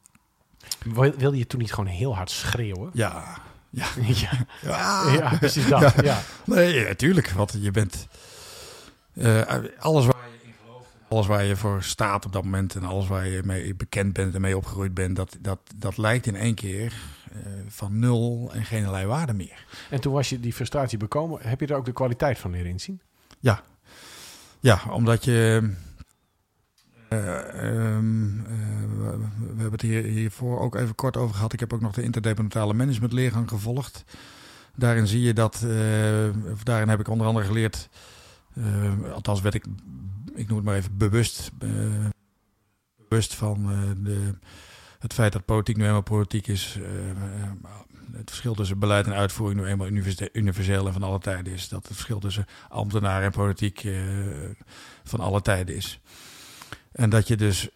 Wilde je toen niet gewoon heel hard schreeuwen? Ja... Ja. Ja. Ja. ja, precies dat. Ja. Ja. Nee, natuurlijk. Want je bent... Uh, alles waar je in gelooft, alles waar je voor staat op dat moment en alles waar je mee bekend bent en mee opgegroeid bent, dat, dat, dat lijkt in één keer uh, van nul en geen allerlei waarde meer. En toen was je die frustratie bekomen. Heb je er ook de kwaliteit van leren inzien? Ja. Ja, omdat je... Uh, um, uh, we hebben het hier, hiervoor ook even kort over gehad. Ik heb ook nog de interdepartementale managementleergang gevolgd. Daarin zie je dat, uh, of daarin heb ik onder andere geleerd, uh, althans werd ik, ik noem het maar even bewust, uh, bewust van uh, de, het feit dat politiek nu eenmaal politiek is. Uh, uh, het verschil tussen beleid en uitvoering nu eenmaal universeel en van alle tijden is. Dat het verschil tussen ambtenaar en politiek uh, van alle tijden is. En dat je dus,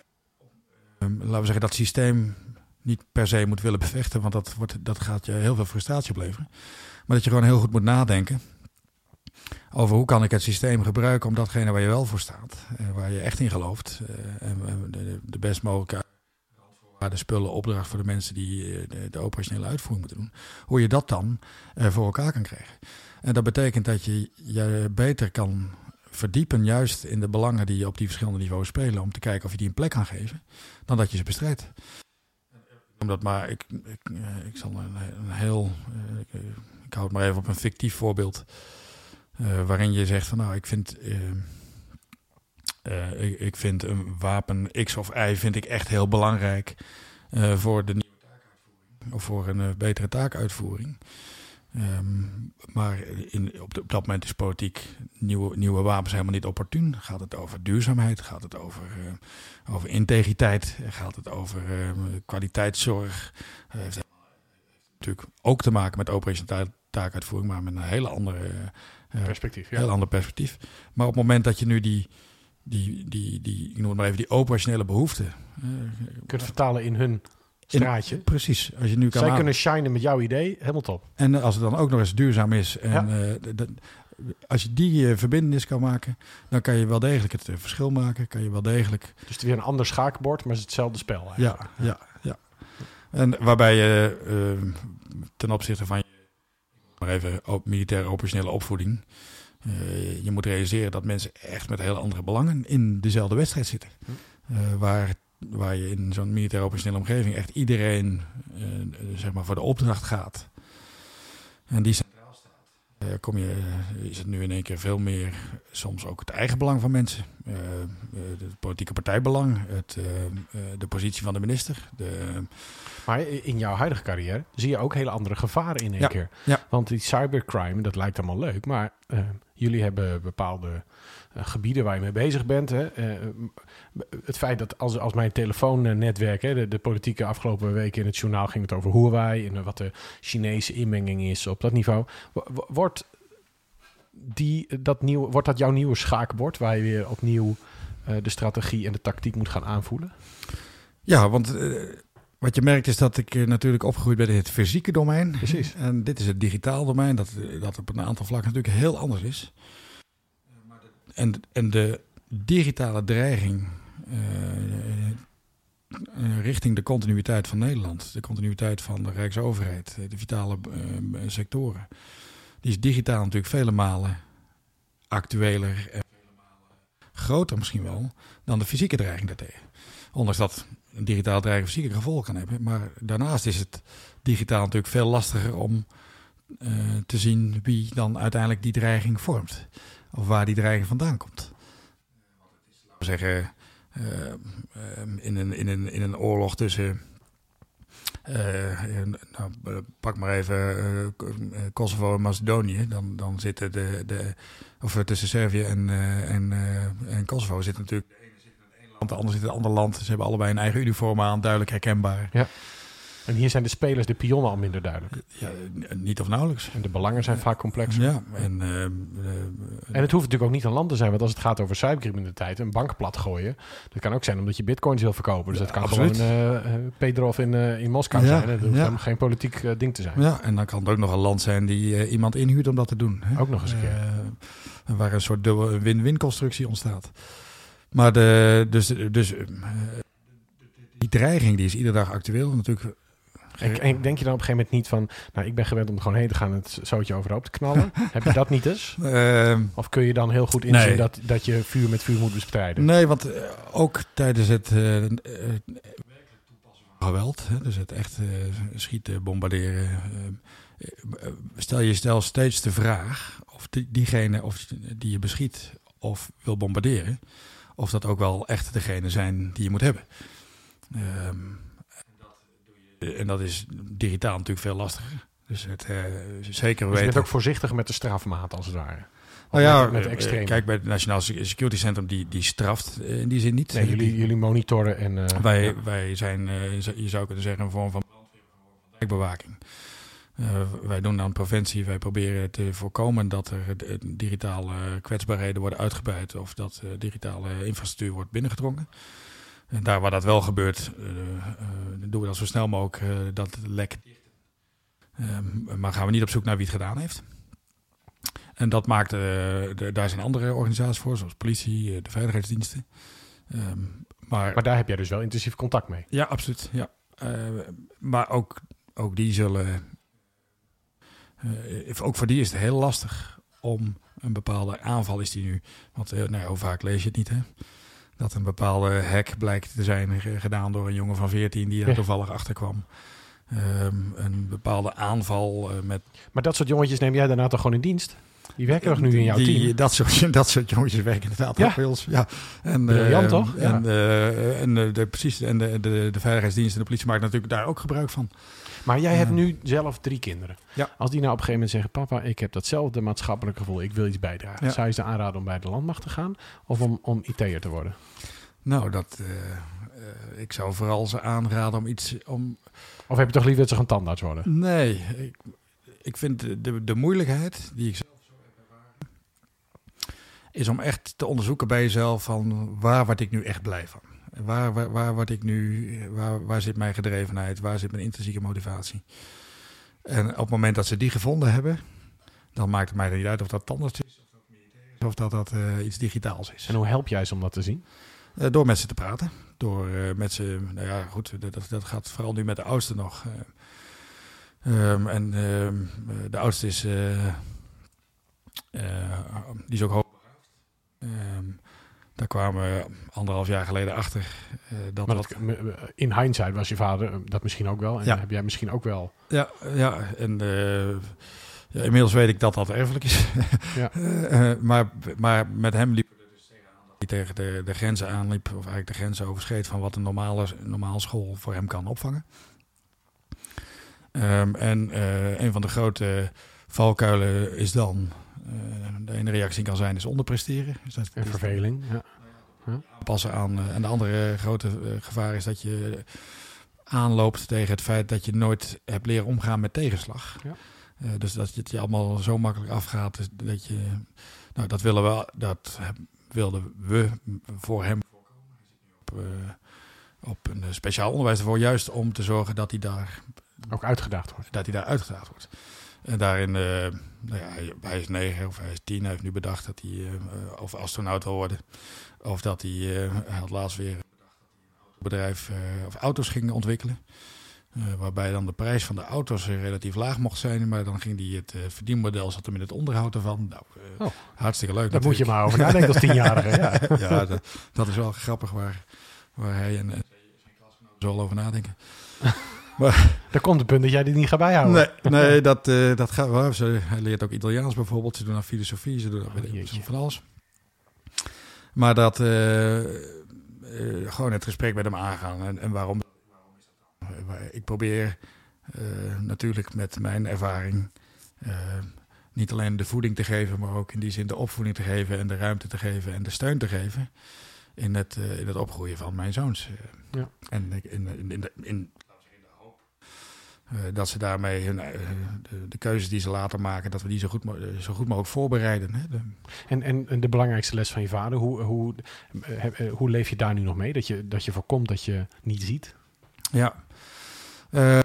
um, laten we zeggen, dat systeem niet per se moet willen bevechten, want dat, wordt, dat gaat je heel veel frustratie opleveren. Maar dat je gewoon heel goed moet nadenken over hoe kan ik het systeem gebruiken om datgene waar je wel voor staat, uh, waar je echt in gelooft, uh, en uh, de, de best mogelijke de spullen, opdracht voor de mensen die uh, de, de operationele uitvoering moeten doen, hoe je dat dan uh, voor elkaar kan krijgen. En dat betekent dat je je beter kan verdiepen juist in de belangen die je op die verschillende niveaus spelen, om te kijken of je die een plek kan geven, dan dat je ze bestrijdt. Omdat maar, ik, ik, ik zal een, een heel, ik, ik hou het maar even op een fictief voorbeeld, uh, waarin je zegt van nou, ik vind, uh, uh, ik, ik vind een wapen X of Y vind ik echt heel belangrijk uh, voor de nieuwe taakuitvoering of voor een uh, betere taakuitvoering. Um, maar in, op, de, op dat moment is politiek nieuwe, nieuwe wapens helemaal niet opportun. Gaat het over duurzaamheid? Gaat het over, uh, over integriteit? Gaat het over uh, kwaliteitszorg? Uh, heeft natuurlijk ook te maken met operationele taakuitvoering, maar met een hele andere uh, perspectief. Ja. Heel ander perspectief. Maar op het moment dat je nu die, die, die, die ik noem het maar even, die operationele behoeften uh, kunt vertalen in hun straatje. In, precies. Als je nu kan Zij aan... kunnen shinen met jouw idee, helemaal top. En als het dan ook nog eens duurzaam is en ja. uh, d- d- als je die uh, verbindenis kan maken, dan kan je wel degelijk het uh, verschil maken. Kan je wel degelijk. Dus het is weer een ander schaakbord, maar het is hetzelfde spel eigenlijk. Ja, ja, ja. En waarbij je uh, ten opzichte van je, maar even op militaire operationele opvoeding, uh, je moet realiseren dat mensen echt met heel andere belangen in dezelfde wedstrijd zitten. Uh, waar, waar je in zo'n militaire operationele omgeving echt iedereen uh, zeg maar voor de opdracht gaat. En die centraal staat. Uh, kom je, uh, is het nu in één keer veel meer soms ook het eigen belang van mensen. Uh, uh, het politieke partijbelang, het, uh, uh, de positie van de minister. De, Maar in jouw huidige carrière zie je ook hele andere gevaren in één ja, keer. Ja. Want die cybercrime, dat lijkt allemaal leuk. Maar uh, jullie hebben bepaalde uh, gebieden waar je mee bezig bent. Hè? Uh, het feit dat als, als mijn telefoonnetwerk, hè, de, de politieke afgelopen weken in het journaal ging het over Huawei en wat de Chinese inmenging is op dat niveau. Wordt, die, dat, nieuw, wordt dat jouw nieuwe schaakbord waar je weer opnieuw uh, de strategie en de tactiek moet gaan aanvoelen? Ja, want... Uh, Wat je merkt is dat ik natuurlijk opgegroeid ben in het fysieke domein. Precies. En dit is het digitaal domein, dat, dat op een aantal vlakken natuurlijk heel anders is. En, en de digitale dreiging uh, richting de continuïteit van Nederland, de continuïteit van de Rijksoverheid, de vitale uh, sectoren, die is digitaal natuurlijk vele malen actueler en vele malen groter misschien wel dan de fysieke dreiging daartegen. Ondanks dat een digitaal dreiging fysieke gevolgen kan hebben. Maar daarnaast is het digitaal natuurlijk veel lastiger om uh, te zien wie dan uiteindelijk die dreiging vormt. Of waar die dreiging vandaan komt. Laten we zeggen, uh, uh, in, een, in, een, in een oorlog tussen... Uh, nou, pak maar even uh, Kosovo en Macedonië. Dan, dan zitten de, de... Of tussen Servië en, uh, en, uh, en Kosovo zit natuurlijk... De ander zit in een ander land. Ze hebben allebei een eigen uniform aan, duidelijk herkenbaar. Ja. En hier zijn de spelers, de pionnen al minder duidelijk. Ja, niet of nauwelijks. En de belangen zijn vaak complexer. Ja, en, uh, uh, en het hoeft natuurlijk ook niet een land te zijn. Want als het gaat over cybercriminaliteit, een bank plat gooien. Dat kan ook zijn omdat je bitcoins wil verkopen. Dus ja, dat kan absoluut. gewoon uh, Pedrov in, uh, in Moskou ja, zijn. Dat hoeft ja. helemaal geen politiek uh, ding te zijn. Ja, en dan kan het ook nog een land zijn die uh, iemand inhuurt om dat te doen. Hè? Ook nog eens een keer. Uh, waar een soort dubbele win-win constructie ontstaat. Maar de, dus, dus uh, die dreiging die is iedere dag actueel natuurlijk. En, en denk je dan op een gegeven moment niet van... Nou, ik ben gewend om er gewoon heen te gaan en het zootje overhoop te knallen. Heb je dat niet eens? Uh, of kun je dan heel goed inzien nee. dat, dat je vuur met vuur moet bestrijden? Nee, want uh, ook tijdens het uh, uh, geweld, hè, dus het echt uh, schieten, bombarderen... Uh, uh, stel je stel steeds de vraag of die, diegene of die je beschiet of wil bombarderen... of dat ook wel echt degene zijn die je moet hebben. Um, en dat is digitaal natuurlijk veel lastiger. Dus het uh, zeker dus weten... je bent ook voorzichtig met de strafmaat als het ware. Nou ja, met, met de extreme. Kijk, bij het Nationaal Security Centrum, die, die straft in die zin niet. Nee, jullie, jullie monitoren en... Uh, wij, ja. wij zijn, uh, je zou kunnen zeggen, een vorm van wijkbewaking. Uh, wij doen aan preventie. Wij proberen te voorkomen dat er uh, digitale kwetsbaarheden worden uitgebuit of dat uh, digitale infrastructuur wordt binnengedrongen. En daar waar dat wel gebeurt, uh, uh, doen we dat zo snel mogelijk uh, dat lek. Uh, maar gaan we niet op zoek naar wie het gedaan heeft. En dat maakt, uh, de, daar zijn andere organisaties voor, zoals politie, uh, de veiligheidsdiensten. Um, maar, maar daar heb jij dus wel intensief contact mee? Ja, absoluut. Ja. Uh, maar ook, ook die zullen... Uh, ook voor die is het heel lastig om een bepaalde aanval is die nu. Want uh, nou, hoe vaak lees je het niet, hè? Dat een bepaalde hack blijkt te zijn gedaan door een jongen van veertien die er ja. toevallig achter kwam. Um, een bepaalde aanval uh, met... Maar dat soort jongetjes neem jij daarna toch gewoon in dienst? Die werken nog nu in jouw die, team? Dat soort, dat soort jongetjes werken inderdaad ja. ook bij ons. Ja. En, Briljant, uh, toch? Ja. En, uh, en de, de, precies, en de, de, de veiligheidsdienst en de politie maken natuurlijk daar ook gebruik van. Maar jij hebt nu zelf drie kinderen. Ja. Als die nou op een gegeven moment zeggen... Papa, ik heb datzelfde maatschappelijk gevoel. Ik wil iets bijdragen. Ja. Zou je ze aanraden om bij de landmacht te gaan? Of om, om I T'er te worden? Nou, dat, uh, uh, ik zou vooral ze aanraden om iets... Om... Of heb je toch liever dat ze gewoon tandarts worden? Nee, ik, ik vind de, de, de moeilijkheid die ik zelf zo heb ervaren... is om echt te onderzoeken bij jezelf van waar word ik nu echt blij van. Waar, waar, waar word ik nu, waar, waar zit mijn gedrevenheid, waar zit mijn intrinsieke motivatie? En op het moment dat ze die gevonden hebben, dan maakt het mij niet uit of dat tandarts is, of dat militair is, of dat dat uh, iets digitaals is. En hoe help jij ze om dat te zien? Uh, door met ze te praten. Door uh, met ze, nou ja, goed, dat, dat gaat vooral nu met de oudste nog. Uh, um, en uh, de oudste is, uh, uh, die is ook hoog. Um, daar kwamen we anderhalf jaar geleden achter. Uh, dat maar wat... dat, in hindsight was je vader dat misschien ook wel. En ja. heb jij misschien ook wel. Ja, ja en uh, ja, inmiddels weet ik dat dat erfelijk is. Ja. uh, maar, maar met hem liep het dus tegenaan dat hij tegen de, de grenzen aanliep. Of eigenlijk de grenzen overschreed van wat een normale, normale school voor hem kan opvangen. Um, en uh, een van de grote valkuilen is dan... Uh, de ene reactie kan zijn is onderpresteren. Dus dat, en verveling, ja. ja. Aanpassen aan. Uh, en de andere grote uh, gevaar is dat je aanloopt tegen het feit dat je nooit hebt leren omgaan met tegenslag. Ja. Uh, dus dat je het je allemaal zo makkelijk afgaat. Dat je, nou, dat willen we, dat wilden we voor hem voorkomen. Hij zit nu op, uh, op een speciaal onderwijs ervoor, juist om te zorgen dat hij daar ook uitgedaagd wordt. Dat hij daar uitgedaagd wordt. En daarin, uh, nou ja, hij, hij is negen of hij is tien. Hij heeft nu bedacht dat hij uh, of astronaut wil worden. Of dat hij, uh, hij had laatst weer bedacht dat hij een bedrijf uh, of auto's ging ontwikkelen. Uh, waarbij dan de prijs van de auto's relatief laag mocht zijn. Maar dan ging hij het uh, verdienmodel, zat hem in het onderhoud ervan. Nou, uh, oh, hartstikke leuk. Daar moet je maar over nadenken als tienjarige. Ja, ja dat, dat is wel grappig waar, waar hij en, en zijn klasgenoten zo over nadenken. Maar daar komt het punt dat jij dit niet gaat bijhouden. Nee, nee dat, uh, dat gaat wel. Ze, hij leert ook Italiaans bijvoorbeeld. Ze doen aan filosofie, ze doen oh, weet ik, van alles. Maar dat uh, uh, gewoon het gesprek met hem aangaan. En, en waarom, waarom is dat dan? Ik probeer uh, natuurlijk met mijn ervaring uh, niet alleen de voeding te geven, maar ook in die zin de opvoeding te geven en de ruimte te geven en de steun te geven in het, uh, in het opgroeien van mijn zoons. Uh, ja. En in, in, in, de, in Uh, dat ze daarmee hun, uh, de, de keuzes die ze later maken, dat we die zo goed, mo- zo goed mogelijk voorbereiden. Hè? De... En, en, en de belangrijkste les van je vader, hoe, hoe, uh, uh, hoe leef je daar nu nog mee? Dat je, dat je voorkomt dat je niet ziet? Ja. Uh,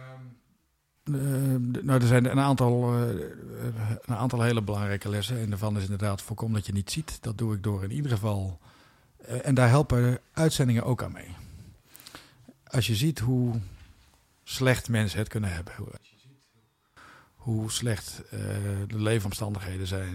uh, nou, er zijn een aantal, uh, een aantal hele belangrijke lessen. En daarvan is inderdaad voorkom dat je niet ziet. Dat doe ik door in ieder geval. Uh, en daar helpen uitzendingen ook aan mee. Als je ziet hoe slecht mensen het kunnen hebben. Hoe, hoe slecht uh, de leefomstandigheden zijn.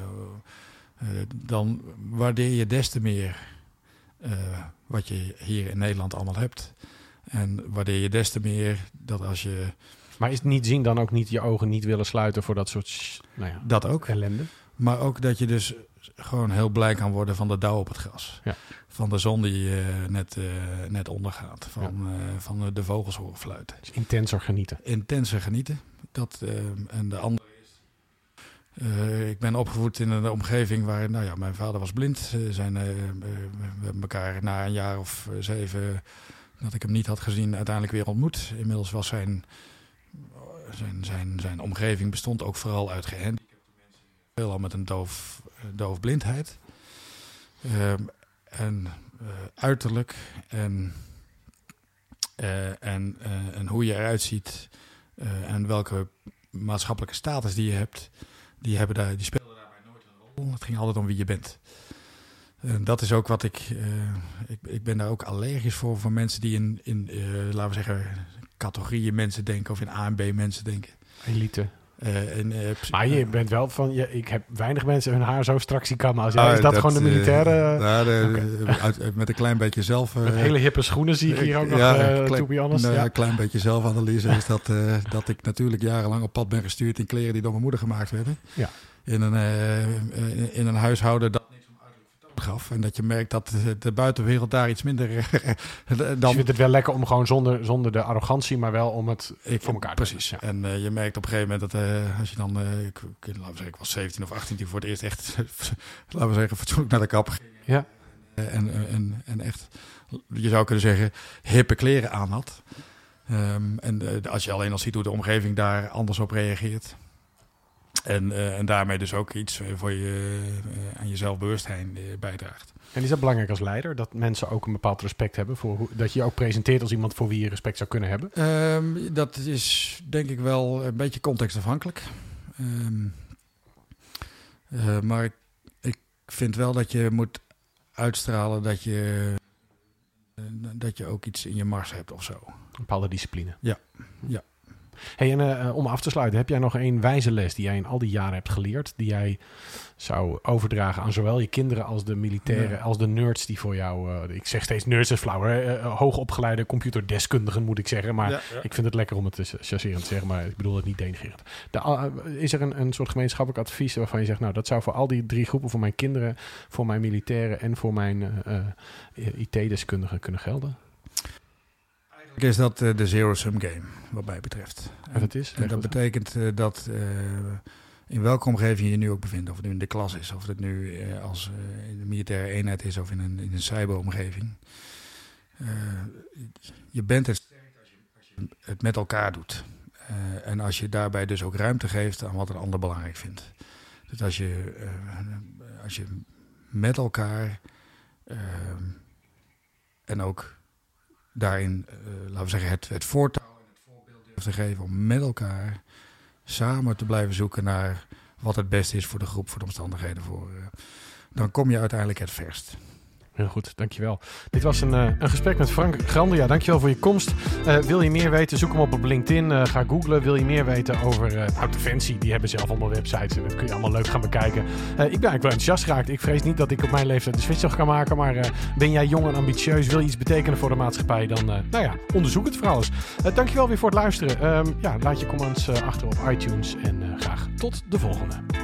Uh, uh, dan waardeer je des te meer uh, wat je hier in Nederland allemaal hebt. En waardeer je des te meer dat als je... Maar is het niet zien dan ook niet je ogen niet willen sluiten voor dat soort nou ja, dat ook. ellende? Maar ook dat je dus gewoon heel blij kan worden van de dauw op het gras. Ja. Van de zon die uh, net, uh, net ondergaat. Van, ja. uh, van de vogels horen fluiten. Dus intenser genieten. Intenser genieten. Dat, uh, en de andere is... Uh, ik ben opgevoed in een omgeving waar... Nou ja, mijn vader was blind. Uh, zijn, uh, uh, we hebben elkaar na een jaar of uh, zeven... dat ik hem niet had gezien, uiteindelijk weer ontmoet. Inmiddels was zijn... Zijn, zijn, zijn omgeving bestond ook vooral uit gehandicapte mensen. Veelal met een doof, doofblindheid. Uh, en uh, uiterlijk en, uh, en, uh, en hoe je eruit ziet uh, en welke maatschappelijke status die je hebt, die, hebben daar, die speelden daarbij nooit een rol. Het ging altijd om wie je bent. En dat is ook wat ik, uh, ik... Ik ben daar ook allergisch voor, voor mensen die in, in uh, laten we zeggen, categorieën mensen denken of in A en B mensen denken. Elite. Uh, en, uh, maar je bent wel van, ja, ik heb weinig mensen hun haar zo strak zien kammen. Als jij, uh, is dat, dat gewoon de militaire... Uh, nou, de, okay. uit, met een klein beetje zelf... Uh, met hele hippe schoenen zie ik hier ook nog, ja, uh, to be honest. Nou, ja. Een klein beetje zelfanalyse is dat, uh, dat ik natuurlijk jarenlang op pad ben gestuurd in kleren die door mijn moeder gemaakt werden. Ja. In, een, uh, in een huishouden dat niks om uiterlijk vertoon gaf. En dat je merkt dat de buitenwereld daar iets minder... dan... Dus je vindt het wel lekker om gewoon zonder, zonder de arrogantie, maar wel om het ik, voor elkaar te precies. Ja. En uh, je merkt op een gegeven moment dat uh, als je dan... Uh, ik, ik, laten we zeggen, ik was zeventien of achttien die voor het eerst echt... laten we zeggen, fatsoenlijk naar de kapper ging. Ja. Uh, en, en, en echt, je zou kunnen zeggen, hippe kleren aan had. Um, en uh, als je alleen al ziet hoe de omgeving daar anders op reageert... En, uh, en daarmee dus ook iets voor je, uh, aan je zelfbewustzijn uh, bijdraagt. En is dat belangrijk als leider? Dat mensen ook een bepaald respect hebben? Voor hoe, dat je je ook presenteert als iemand voor wie je respect zou kunnen hebben? Um, dat is denk ik wel een beetje contextafhankelijk. Um, uh, maar ik, ik vind wel dat je moet uitstralen dat je, uh, dat je ook iets in je mars hebt of zo. Een bepaalde discipline. Ja, ja. Hey, en uh, om af te sluiten, heb jij nog één wijze les die jij in al die jaren hebt geleerd, die jij zou overdragen aan zowel je kinderen als de militairen, ja. als de nerds die voor jou, uh, ik zeg steeds nerds is flauw, uh, hoogopgeleide computerdeskundigen moet ik zeggen, maar ja, ja. ik vind het lekker om het te chasserend te zeggen, maar ik bedoel het niet denigrerend. De, uh, is er een, een soort gemeenschappelijk advies waarvan je zegt, nou dat zou voor al die drie groepen, voor mijn kinderen, voor mijn militairen en voor mijn uh, uh, I T-deskundigen kunnen gelden? Is dat uh, de zero-sum game, wat mij betreft. En, dat, is, en dat betekent uh, dat uh, in welke omgeving je je nu ook bevindt, of het nu in de klas is, of het nu uh, als uh, in de militaire eenheid is, of in een, in een cyberomgeving. Uh, je bent het sterk als je, als je het met elkaar doet. Uh, en als je daarbij dus ook ruimte geeft aan wat een ander belangrijk vindt. Dus als je, uh, als je met elkaar uh, en ook daarin, uh, laten we zeggen, het, het voortouw en het voorbeeld durft te geven om met elkaar samen te blijven zoeken naar wat het beste is voor de groep, voor de omstandigheden. Voor, uh, dan kom je uiteindelijk het verst. Heel goed, dankjewel. Dit was een, uh, een gesprek met Frank Grandia. Dankjewel voor je komst. Uh, wil je meer weten, zoek hem op op LinkedIn. Uh, ga googlen. Wil je meer weten over uh, nou, Defensie? Die hebben zelf allemaal websites en dat kun je allemaal leuk gaan bekijken. Uh, ik ben eigenlijk wel enthousiast geraakt. Ik vrees niet dat ik op mijn leeftijd de switch nog kan maken. Maar uh, ben jij jong en ambitieus? Wil je iets betekenen voor de maatschappij? Dan uh, nou ja, onderzoek het vooral eens. Uh, dankjewel weer voor het luisteren. Uh, ja, laat je comments uh, achter op iTunes. En uh, graag tot de volgende.